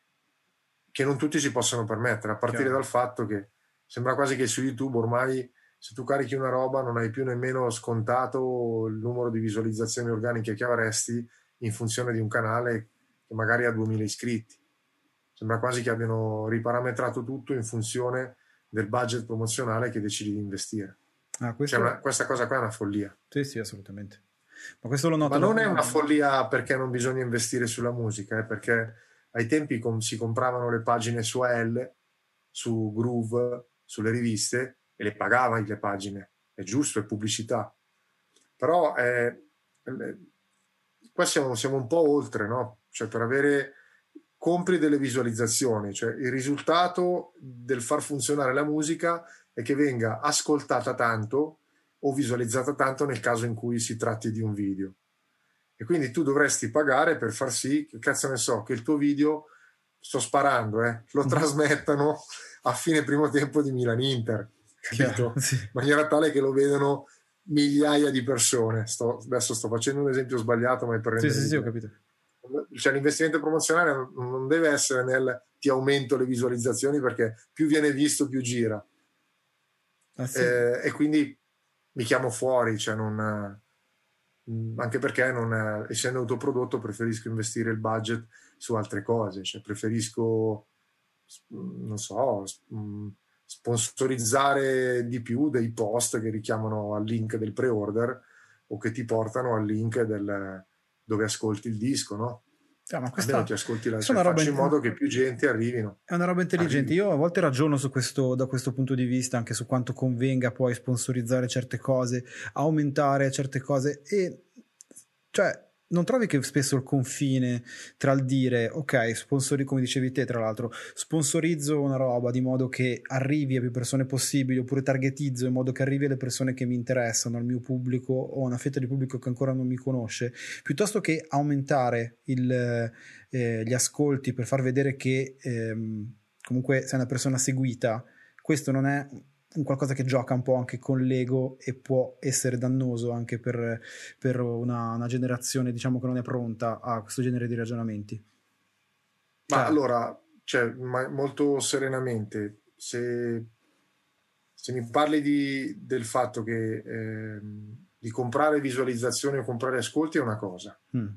che non tutti si possono permettere, a partire Chiaro. dal fatto che sembra quasi che su YouTube ormai se tu carichi una roba non hai più nemmeno scontato il numero di visualizzazioni organiche che avresti in funzione di un canale che magari ha duemila iscritti. Sembra quasi che abbiano riparametrato tutto in funzione del budget promozionale che decidi di investire. Ah, questo... cioè una, questa cosa qua è una follia. Sì, sì, assolutamente. Ma questo lo noto. Ma non è una follia perché non bisogna investire sulla musica, eh, perché ai tempi com- si compravano le pagine su A L, su Groove, sulle riviste, e le pagavi le pagine. È giusto, è pubblicità. Però eh, eh, qua siamo, siamo un po' oltre, no? Cioè per avere... compri delle visualizzazioni, cioè il risultato del far funzionare la musica è che venga ascoltata tanto o visualizzata tanto nel caso in cui si tratti di un video, e quindi tu dovresti pagare per far sì che, cazzo ne so, che il tuo video, sto sparando, eh, lo trasmettano a fine primo tempo di Milan-Inter, capito? Chiaro, sì. In maniera tale che lo vedano migliaia di persone. Sto, adesso sto facendo un esempio sbagliato, ma è per rendere Sì, sì, sì, ho capito. Cioè l'investimento promozionale non deve essere nel ti aumento le visualizzazioni, perché più viene visto più gira. Ah, sì. eh, e quindi mi chiamo fuori, cioè non, anche perché non, essendo autoprodotto preferisco investire il budget su altre cose, cioè preferisco non so sponsorizzare di più dei post che richiamano al link del pre-order o che ti portano al link del dove ascolti il disco, no? Ah, ma questa, almeno ti ascolti la, cioè, cioè, faccio in... in modo che più gente arrivino. È una roba intelligente. Arrivi. Io a volte ragiono su questo, da questo punto di vista, anche su quanto convenga poi sponsorizzare certe cose, aumentare certe cose, e cioè non trovi che spesso il confine tra il dire ok, sponsori, come dicevi te tra l'altro, sponsorizzo una roba di modo che arrivi a più persone possibili, oppure targetizzo in modo che arrivi alle persone che mi interessano, al mio pubblico o una fetta di pubblico che ancora non mi conosce, piuttosto che aumentare il, eh, gli ascolti per far vedere che ehm, comunque sei una persona seguita. Questo non è un qualcosa che gioca un po' anche con l'ego e può essere dannoso anche per, per una, una generazione, diciamo, che non è pronta a questo genere di ragionamenti. Ma cioè, allora, cioè, ma molto serenamente, se, se mi parli di, del fatto che eh, di comprare visualizzazioni o comprare ascolti è una cosa, mm.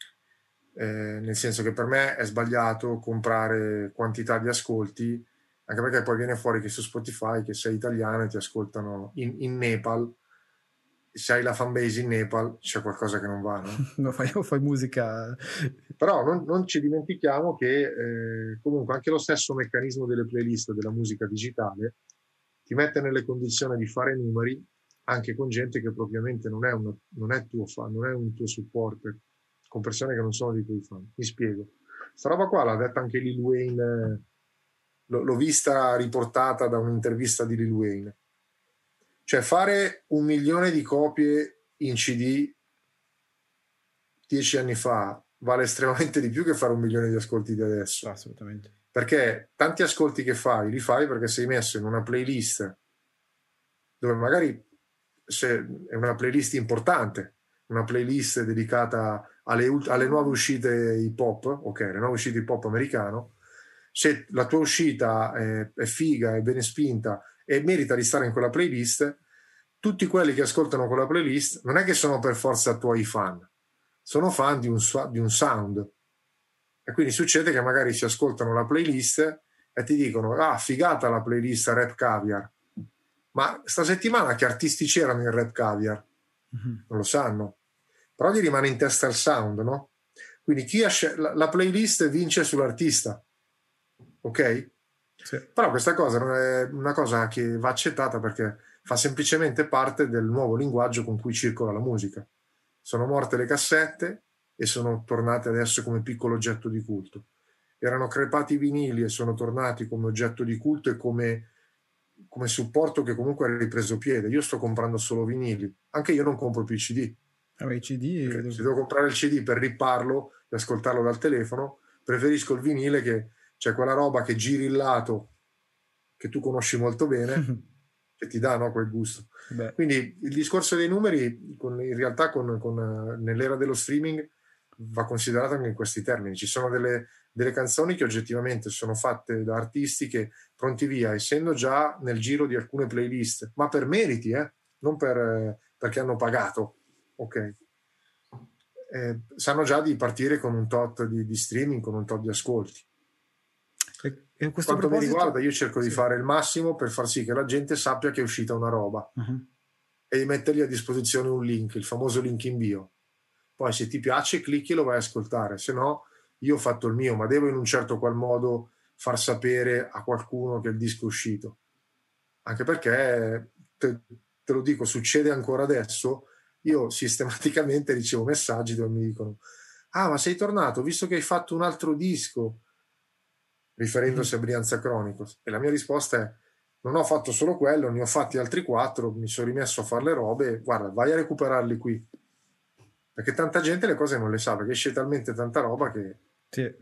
eh, nel senso che per me è sbagliato comprare quantità di ascolti, anche perché poi viene fuori che su Spotify, che sei italiano e ti ascoltano in, in Nepal, se hai la fanbase in Nepal c'è qualcosa che non va, no? no, fai, fai musica. Però non, non ci dimentichiamo che eh, comunque anche lo stesso meccanismo delle playlist della musica digitale ti mette nelle condizioni di fare numeri anche con gente che propriamente non è, una, non è tuo fan, non è un tuo supporter, con persone che non sono dei tuoi fan. Mi spiego. Sta roba qua l'ha detta anche Lil Wayne, l'ho vista riportata da un'intervista di Lil Wayne, cioè fare un milione di copie in C D dieci anni fa vale estremamente di più che fare un milione di ascolti di adesso. Assolutamente. Perché tanti ascolti che fai li fai perché sei messo in una playlist dove magari se è una playlist importante, una playlist dedicata alle, alle nuove uscite hip hop, ok, le nuove uscite hip hop americano. Se la tua uscita è, è figa, è ben spinta e merita di stare in quella playlist, tutti quelli che ascoltano quella playlist non è che sono per forza tuoi fan, sono fan di un, di un sound, e quindi succede che magari si ascoltano la playlist e ti dicono ah figata la playlist Rap Caviar, ma sta settimana che artisti c'erano in Rap Caviar? Mm-hmm. Non lo sanno, però gli rimane in testa il sound, no? Quindi chi ha scel- la, la playlist vince sull'artista. ok? Sì. Però questa cosa non è una cosa che va accettata perché fa semplicemente parte del nuovo linguaggio con cui circola la musica. Sono morte le cassette e sono tornate adesso come piccolo oggetto di culto. Erano crepati i vinili e sono tornati come oggetto di culto e come, come supporto che comunque ha ripreso piede. Io sto comprando solo vinili, anche io non compro più i C D. Vabbè, i C D Perché se devo comprare il C D per ripparlo e ascoltarlo dal telefono, preferisco il vinile, che c'è quella roba che giri il lato che tu conosci molto bene che ti dà, no, quel gusto. Beh. Quindi il discorso dei numeri con, in realtà con, con, nell'era dello streaming va considerato anche in questi termini. Ci sono delle, delle canzoni che oggettivamente sono fatte da artisti che pronti via, essendo già nel giro di alcune playlist, ma per meriti, eh? non per, perché hanno pagato, ok? Eh, sanno già di partire con un tot di, di streaming, con un tot di ascolti. E, e questo Quanto proposito... mi riguarda, io cerco sì. di fare il massimo per far sì che la gente sappia che è uscita una roba uh-huh. e di mettergli a disposizione un link, il famoso link in bio. Poi se ti piace clicchi e lo vai a ascoltare, se no io ho fatto il mio, ma devo in un certo qual modo far sapere a qualcuno che il disco è uscito. Anche perché, te, te lo dico, succede ancora adesso, io sistematicamente ricevo messaggi dove mi dicono: ah, ma sei tornato, visto che hai fatto un altro disco, riferendosi mm-hmm. a Brianza Chronicles. E la mia risposta è: non ho fatto solo quello, ne ho fatti altri quattro, mi sono rimesso a fare le robe, guarda, vai a recuperarli qui. Perché tanta gente le cose non le sa, perché esce talmente tanta roba che sì.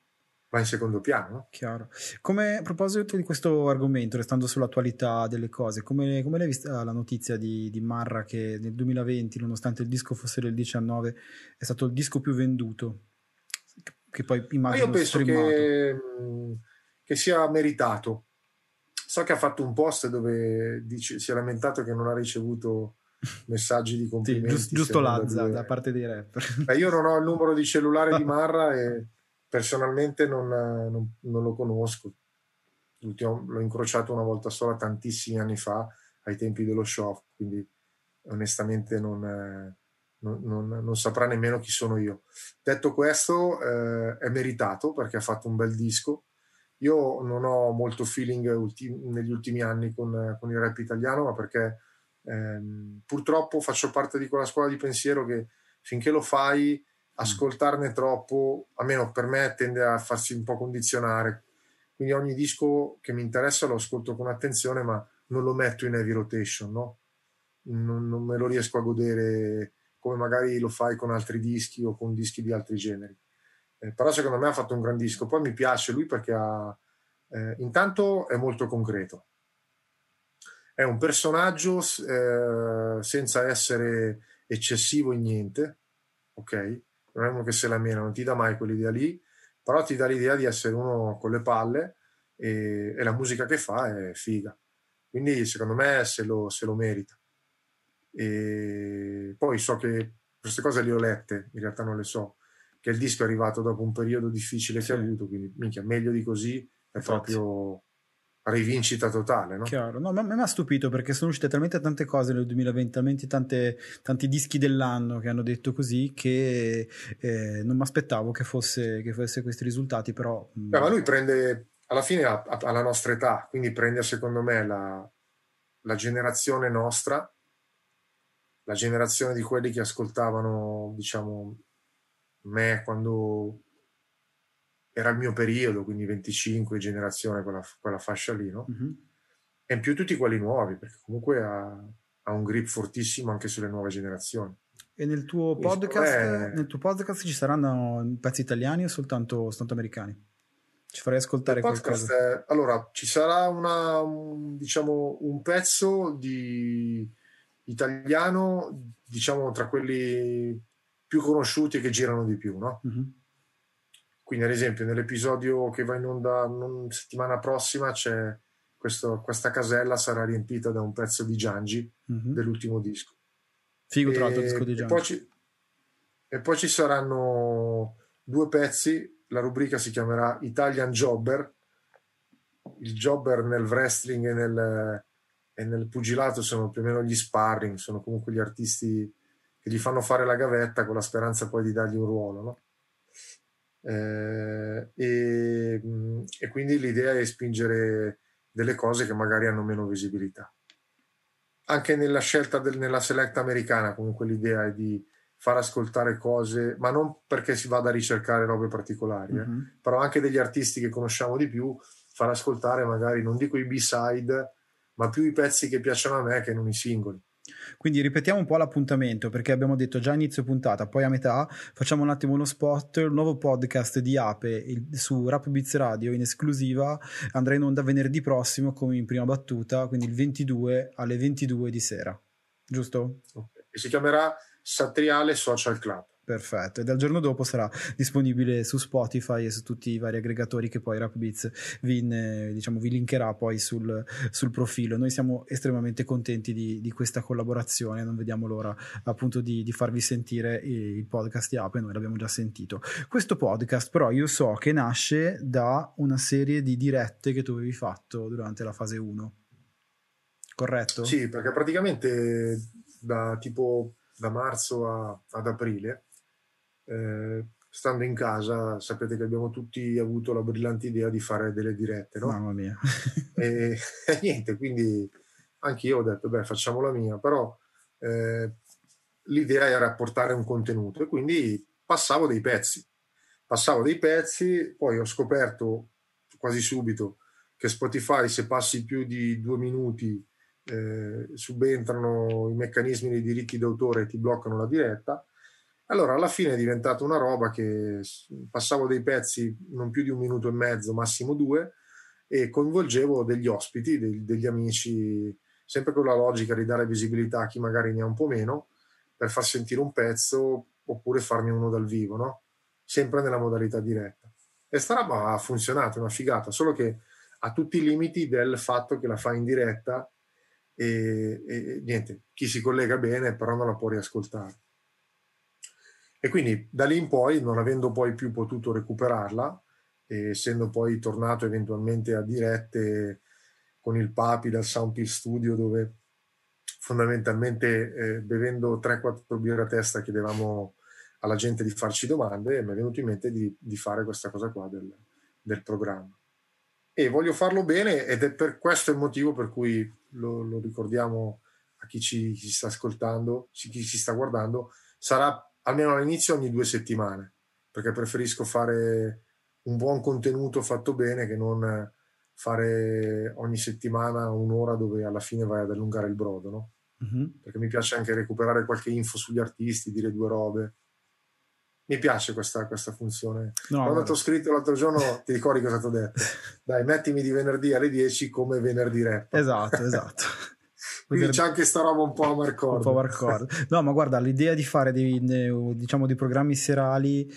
va in secondo piano, no? Chiaro. Come, a proposito di questo argomento, restando sull'attualità delle cose, come, come l'hai vista la notizia di, di Marra che nel duemilaventi, nonostante il disco fosse del diciannove, è stato il disco più venduto, che poi immagino Ma io penso streamato. che, che sia meritato. So che ha fatto un post dove dice, si è lamentato che non ha ricevuto messaggi di complimenti. Sì, giusto, giusto Lazza da, da, da parte dei rapper. Eh, io non ho il numero di cellulare di Marra e personalmente non, non, non lo conosco. L'ultimo, l'ho incrociato una volta sola tantissimi anni fa, ai tempi dello show, quindi onestamente non, non, non, non saprà nemmeno chi sono io. Detto questo, eh, è meritato perché ha fatto un bel disco. Io non ho molto feeling ulti- negli ultimi anni con, con il rap italiano, ma perché ehm, purtroppo faccio parte di quella scuola di pensiero che finché lo fai, ascoltarne troppo, almeno per me, tende a farsi un po' condizionare. Quindi ogni disco che mi interessa lo ascolto con attenzione, ma non lo metto in heavy rotation, no? Non, non me lo riesco a godere come magari lo fai con altri dischi o con dischi di altri generi. Eh, però secondo me ha fatto un gran disco. Poi mi piace lui perché ha, eh, intanto è molto concreto, è un personaggio eh, senza essere eccessivo in niente, ok? Non è uno che se la mena, non ti dà mai quell'idea lì, però ti dà l'idea di essere uno con le palle e, e la musica che fa è figa, quindi secondo me se lo, se lo merita. E poi so che queste cose le ho lette, in realtà non le so, che il disco è arrivato dopo un periodo difficile sì. che ha avuto, quindi minchia, meglio di così è Infatti. proprio rivincita totale, no? Chiaro, no, ma mi ha stupito perché sono uscite talmente tante cose nel duemilaventi, talmente tante, tanti dischi dell'anno che hanno detto così, che eh, non mi aspettavo che fosse, che fosse questi risultati, però... Beh, ma lui prende, alla fine ha, ha la nostra età, quindi prende secondo me la, la generazione nostra, la generazione di quelli che ascoltavano, diciamo, me quando era il mio periodo, quindi venticinque generazione, quella, quella fascia lì, no? Mm-hmm. E in più tutti quelli nuovi, perché comunque ha, ha un grip fortissimo anche sulle nuove generazioni. E nel tuo, podcast, me... nel tuo podcast ci saranno pezzi italiani o soltanto, soltanto americani? Ci farei ascoltare qualcosa. È, allora, ci sarà una, un, diciamo, un pezzo di italiano, diciamo, tra quelli più conosciuti e che girano di più, no? Mm-hmm. Quindi, ad esempio, nell'episodio che va in onda non, settimana prossima c'è questo, questa casella sarà riempita da un pezzo di Giangi, mm-hmm. dell'ultimo disco. Figo, e, tra l'altro, il disco di e Giangi. Poi ci, e poi ci saranno due pezzi, la rubrica si chiamerà Italian Jobber. Il jobber nel wrestling e nel, e nel pugilato sono più o meno gli sparring, sono comunque gli artisti che gli fanno fare la gavetta con la speranza poi di dargli un ruolo, no? eh, e, e quindi l'idea è spingere delle cose che magari hanno meno visibilità. Anche nella scelta del, nella select americana comunque l'idea è di far ascoltare cose, ma non perché si vada a ricercare robe particolari, mm-hmm. eh, però anche degli artisti che conosciamo di più, far ascoltare magari, non dico i B-side, ma più i pezzi che piacciono a me che non i singoli. Quindi ripetiamo un po' l'appuntamento, perché abbiamo detto già inizio puntata, poi a metà facciamo un attimo uno spot. Il nuovo podcast di Ape il, su Rap Beats Radio in esclusiva andrà in onda venerdì prossimo come in prima battuta, quindi il ventidue alle ventidue di sera, giusto? Okay. E si chiamerà Satriale Social Club. Perfetto, e dal giorno dopo sarà disponibile su Spotify e su tutti i vari aggregatori che poi Rapbeats vi, in, diciamo, vi linkerà poi sul, sul profilo. Noi siamo estremamente contenti di, di questa collaborazione, non vediamo l'ora appunto di, di farvi sentire il podcast di Ape, noi l'abbiamo già sentito. Questo podcast però io so che nasce da una serie di dirette che tu avevi fatto durante la fase uno, corretto? Sì, perché praticamente da tipo da marzo a, ad aprile Eh, stando in casa, sapete che abbiamo tutti avuto la brillante idea di fare delle dirette, no? Mamma mia. e, e niente, quindi anche io ho detto, beh, facciamo la mia, però eh, l'idea era portare un contenuto e quindi passavo dei pezzi, passavo dei pezzi, poi ho scoperto quasi subito che Spotify, se passi più di due minuti, eh, subentrano i meccanismi dei diritti d'autore e ti bloccano la diretta. Allora alla fine è diventata una roba che passavo dei pezzi non più di un minuto e mezzo, massimo due, e coinvolgevo degli ospiti, degli, degli amici, sempre con la logica di dare visibilità a chi magari ne ha un po' meno, per far sentire un pezzo oppure farne uno dal vivo, no? Sempre nella modalità diretta. E sta roba ha funzionato, è una figata, solo che ha tutti i limiti del fatto che la fa in diretta e, e niente, chi si collega bene però non la può riascoltare. E quindi da lì in poi, non avendo poi più potuto recuperarla, e essendo poi tornato eventualmente a dirette con il Papi dal Soundpill Studio, dove fondamentalmente eh, bevendo tre quattro birre a testa chiedevamo alla gente di farci domande, e mi è venuto in mente di, di fare questa cosa qua del, del programma. E voglio farlo bene, ed è per questo il motivo per cui lo, lo ricordiamo a chi ci, chi ci sta ascoltando, chi ci sta guardando, sarà almeno all'inizio ogni due settimane, perché preferisco fare un buon contenuto fatto bene che non fare ogni settimana un'ora dove alla fine vai ad allungare il brodo, no? Mm-hmm. Perché mi piace anche recuperare qualche info sugli artisti, dire due robe. Mi piace questa, questa funzione. No, quando ti ho scritto l'altro giorno, ti ricordi cosa ti ho detto? Dai, mettimi di venerdì alle dieci come venerdì rap. Esatto, esatto. Quindi c'è anche sta roba un po' hardcore. Un po' hardcore. No, ma guarda, l'idea di fare dei, diciamo, di programmi serali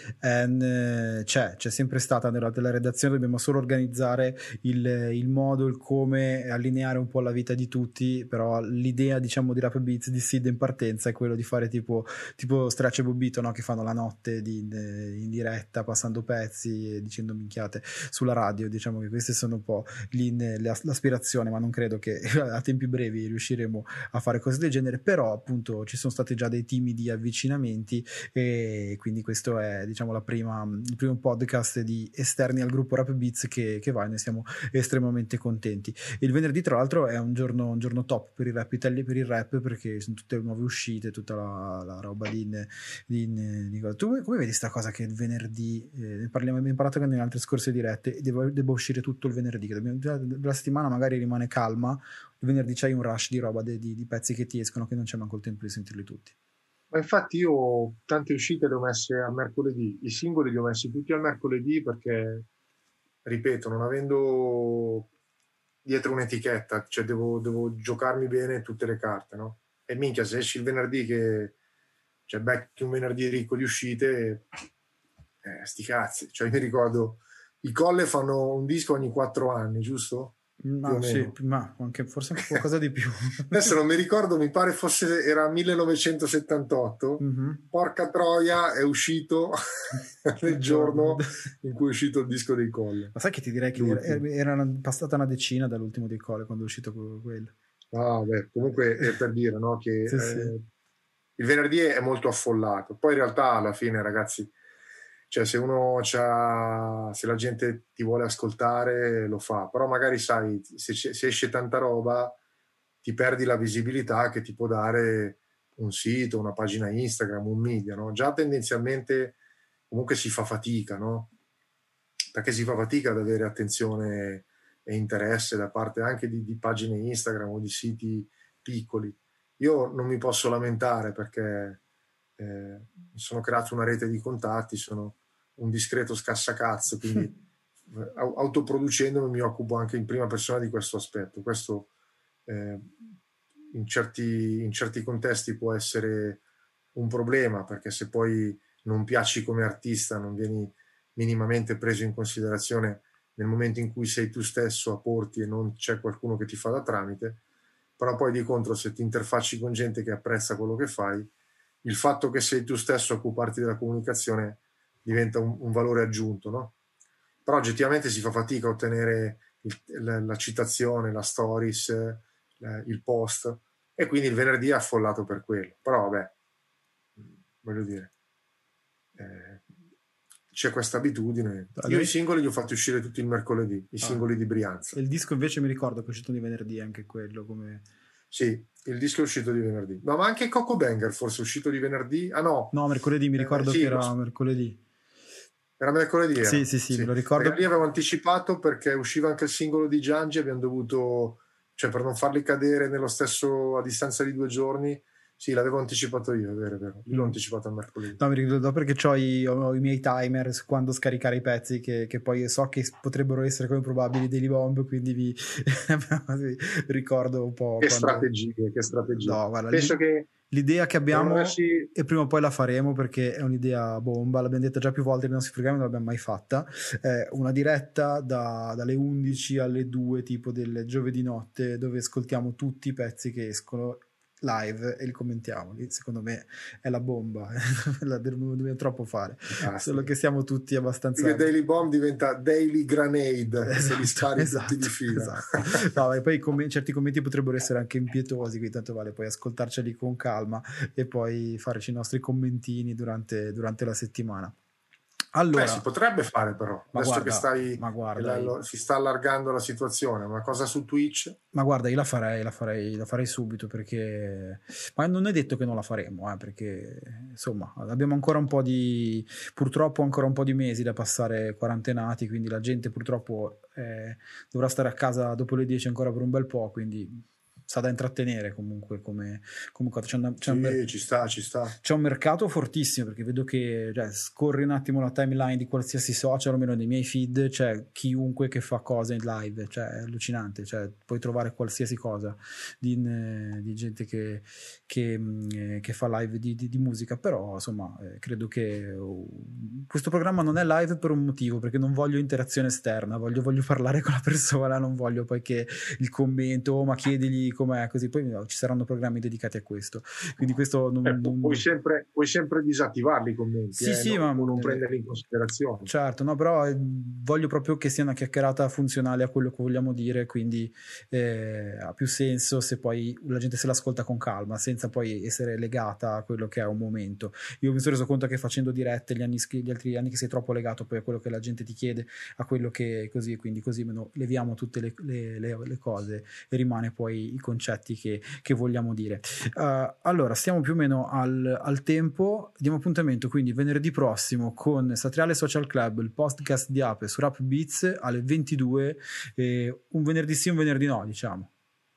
eh, c'è, c'è sempre stata nella, nella redazione. Dobbiamo solo organizzare il, il modo, il come, allineare un po' la vita di tutti. Però l'idea, diciamo, di Rap Beats di Sid in partenza è quello di fare tipo, tipo Stretch e Bobbito, no? Che fanno la notte di, in diretta, passando pezzi e dicendo minchiate sulla radio. Diciamo che queste sono un po' l'aspirazione, ma non credo che a tempi brevi riusciremo a fare cose del genere, però appunto ci sono stati già dei timidi avvicinamenti e quindi questo è, diciamo, la prima, il primo podcast di esterni al gruppo Rap Beats che, che va, e noi siamo estremamente contenti. Il venerdì tra l'altro è un giorno, un giorno top per il rap italiano, per il rap, perché sono tutte nuove uscite, tutta la, la roba di, di, di, di tu come vedi sta cosa che il venerdì eh, parliamo, abbiamo imparato che nelle altre scorse dirette debba, debba uscire tutto il venerdì, che dobbiamo, la settimana magari rimane calma, il venerdì c'hai un rush di roba di, di, di pezzi che ti escono che non c'è manco il tempo di sentirli tutti. Ma infatti io tante uscite le ho messe al mercoledì, i singoli li ho messi tutti al mercoledì perché, ripeto, non avendo dietro un'etichetta, cioè devo, devo giocarmi bene tutte le carte, no? E minchia, se esci il venerdì che cioè becchi un venerdì ricco di uscite, eh, sti cazzi, cioè mi ricordo i Colle fanno un disco ogni quattro anni, giusto? No, sì, ma anche forse anche qualcosa di più. Adesso non mi ricordo, mi pare fosse era millenovecentosettantotto. Mm-hmm. Porca troia, è uscito nel giorno in cui è uscito il disco dei Colle. Ma sai che ti direi che era, era passata una decina dall'ultimo dei Colle quando è uscito quello. Ah, beh, comunque è per dire, no, che sì, eh, sì. il venerdì è molto affollato. Poi in realtà alla fine, ragazzi, cioè se uno c'ha, se la gente ti vuole ascoltare lo fa, però magari sai, se, se esce tanta roba ti perdi la visibilità che ti può dare un sito, una pagina Instagram, un media, no? Già tendenzialmente comunque si fa fatica, no? Perché si fa fatica ad avere attenzione e interesse da parte anche di, di pagine Instagram o di siti piccoli. Io non mi posso lamentare perché eh, mi sono creato una rete di contatti, sono un discreto scassacazzo, quindi autoproducendomi mi occupo anche in prima persona di questo aspetto. Questo eh, in, certi, in certi contesti può essere un problema, perché se poi non piaci come artista, non vieni minimamente preso in considerazione nel momento in cui sei tu stesso a porti e non c'è qualcuno che ti fa da tramite. Però poi di contro, se ti interfacci con gente che apprezza quello che fai, il fatto che sei tu stesso a occuparti della comunicazione diventa un, un valore aggiunto, no? Però oggettivamente si fa fatica a ottenere il, la, la citazione, la stories, eh, il post, e quindi il venerdì è affollato per quello. Però vabbè, voglio dire, eh, c'è questa abitudine. Io i singoli li ho fatti uscire tutti il mercoledì, i ah. singoli di Brianza. Il disco invece mi ricordo che è uscito di venerdì, anche quello come... Sì, il disco è uscito di venerdì. No, ma anche Coco Banger forse è uscito di venerdì. Ah no. No, mercoledì, mi ricordo eh, sì, che era mercoledì. Era mercoledì? Era. Sì, sì, sì, sì, me lo ricordo. Perché lì avevo anticipato perché usciva anche il singolo di Giangi, abbiamo dovuto, cioè per non farli cadere nello stesso, a distanza di due giorni, sì, l'avevo anticipato io, è vero, è vero. Io l'ho anticipato a mercoledì. No, mi ricordo perché ho i, ho i miei timer su quando scaricare i pezzi che, che poi so che potrebbero essere come probabili Daily Bomb, quindi vi ricordo un po'. Che quando... strategie, che strategie. No, guarda, penso lì... che l'idea che abbiamo avessi... e prima o poi la faremo perché è un'idea bomba, l'abbiamo detta già più volte nei nostri programmi, non l'abbiamo mai fatta, è una diretta da, dalle undici alle due tipo del giovedì notte dove ascoltiamo tutti i pezzi che escono live e li commentiamo. Secondo me è la bomba. La dobbiamo troppo fare, ah, solo sì. Che siamo tutti abbastanza, perché Daily Bomb diventa Daily Grenade, esatto, se li spari esatto, tutti di fila. Esatto. No, e poi com- certi commenti potrebbero essere anche impietosi, quindi tanto vale poi ascoltarceli con calma e poi farci i nostri commentini durante, durante la settimana. Allora, Beh, si potrebbe fare però, ma adesso guarda, che stai, ma guarda, la, si sta allargando la situazione, una cosa su Twitch? Ma guarda, io la farei, la farei, la farei subito perché, ma non è detto che non la faremo, eh, perché insomma abbiamo ancora un po' di, purtroppo ancora un po' di mesi da passare quarantenati, quindi la gente purtroppo eh, dovrà stare a casa dopo le dieci ancora per un bel po', quindi sa da intrattenere comunque come, come c'è, una, c'è, sì, un mer- ci sta, ci sta. C'è un mercato fortissimo perché vedo che cioè, scorri un attimo la timeline di qualsiasi social, almeno nei miei feed c'è chiunque che fa cose in live, cioè è allucinante, cioè, puoi trovare qualsiasi cosa di, di gente che, che, che fa live di, di, di musica, però insomma eh, credo che uh, questo programma non è live per un motivo, perché non voglio interazione esterna, voglio, voglio parlare con la persona, non voglio poi che il commento oh, ma chiedigli com'è, così poi no, ci saranno programmi dedicati a questo, quindi questo non, eh, non... Puoi, sempre, puoi sempre disattivarli i commenti, sì, eh, sì, non, ma non prenderli in considerazione. Certo, no, però eh, voglio proprio che sia una chiacchierata funzionale a quello che vogliamo dire, quindi eh, ha più senso se poi la gente se l'ascolta con calma, senza poi essere legata a quello che è un momento. Io mi sono reso conto che facendo dirette gli, anni, gli altri anni che sei troppo legato poi a quello che la gente ti chiede, a quello che così, quindi così meno leviamo tutte le, le, le, le cose e rimane poi i concetti che, che vogliamo dire. Uh, allora, stiamo più o meno al, al tempo, diamo appuntamento quindi venerdì prossimo con Satriale Social Club, il podcast di Ape su Rap Beats alle ventidue, eh, un venerdì sì, un venerdì no, diciamo.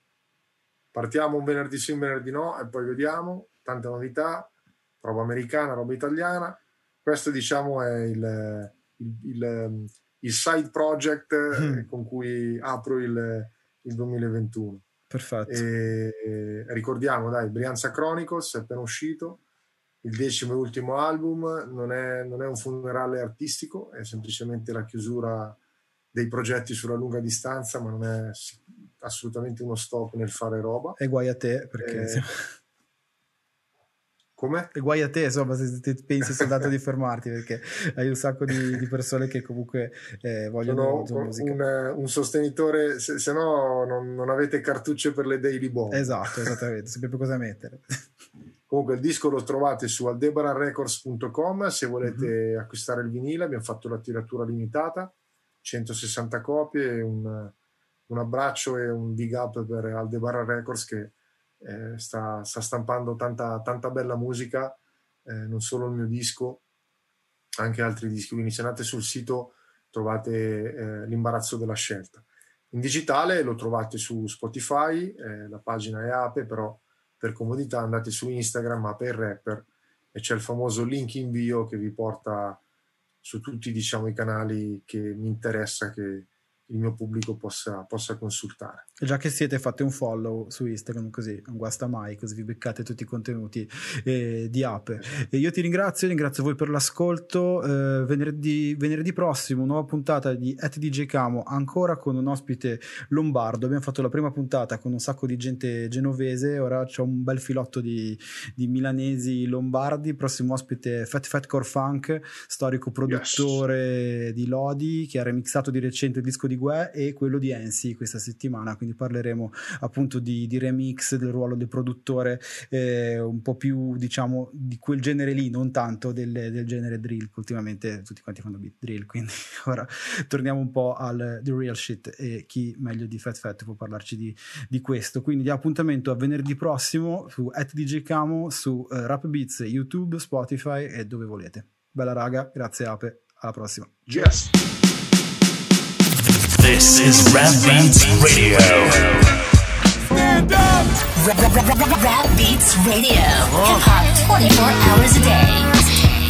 Partiamo un venerdì sì, un venerdì no e poi vediamo, tante novità, roba americana, roba italiana. Questo diciamo è il, il, il, il side project mm. con cui apro il, il duemilaventuno. Perfetto. E, e, ricordiamo, dai, Brianza Chronicles è appena uscito, il decimo e ultimo album, non è, non è un funerale artistico, è semplicemente la chiusura dei progetti sulla lunga distanza, ma non è assolutamente uno stop nel fare roba. E guai a te, perché... Eh, Come? E guai a te, insomma, se ti pensi soltanto di fermarti, perché hai un sacco di, di persone che comunque eh, vogliono Sono musica. Un, un sostenitore, se, se no non, non avete cartucce per le daily bomb. Esatto, esattamente, sapete cosa mettere. Comunque il disco lo trovate su aldebaran records punto com se volete mm-hmm. acquistare il vinile. Abbiamo fatto la tiratura limitata, centosessanta copie. Un, un abbraccio e un big up per Aldebaran Records che eh, sta, sta stampando tanta, tanta bella musica, eh, non solo il mio disco, anche altri dischi. Quindi se andate sul sito trovate eh, l'imbarazzo della scelta. In digitale lo trovate su Spotify, eh, la pagina è Ape, però per comodità andate su Instagram, Ape il Rapper, e c'è il famoso link in bio che vi porta su tutti, diciamo, i canali che mi interessa che il mio pubblico possa, possa consultare. E già che siete, fate un follow su Instagram, così non guasta mai, così vi beccate tutti i contenuti eh, di Ape. E io ti ringrazio, ringrazio voi per l'ascolto. Eh, venerdì, venerdì prossimo nuova puntata di at D J Camo, ancora con un ospite lombardo. Abbiamo fatto la prima puntata con un sacco di gente genovese, ora c'è un bel filotto di, di milanesi lombardi. Prossimo ospite Fat Fat Core Funk, storico produttore yes. di Lodi, che ha remixato di recente il disco di Gue e quello di Ensi questa settimana, quindi parleremo appunto di, di remix, del ruolo del produttore, eh, un po' più, diciamo, di quel genere lì, non tanto del, del genere drill, che ultimamente tutti quanti fanno beat drill, quindi ora torniamo un po' al the real shit, e chi meglio di Fat Fat può parlarci di, di questo. Quindi di appuntamento a venerdì prossimo su at D J Camo, su uh, Rap Beats, YouTube, Spotify e dove volete. Bella raga, grazie Ape, alla prossima. Yes. This is Rap Beats Radio. Stand up! Rap Beats Radio. Hip hop twenty-four hours a day.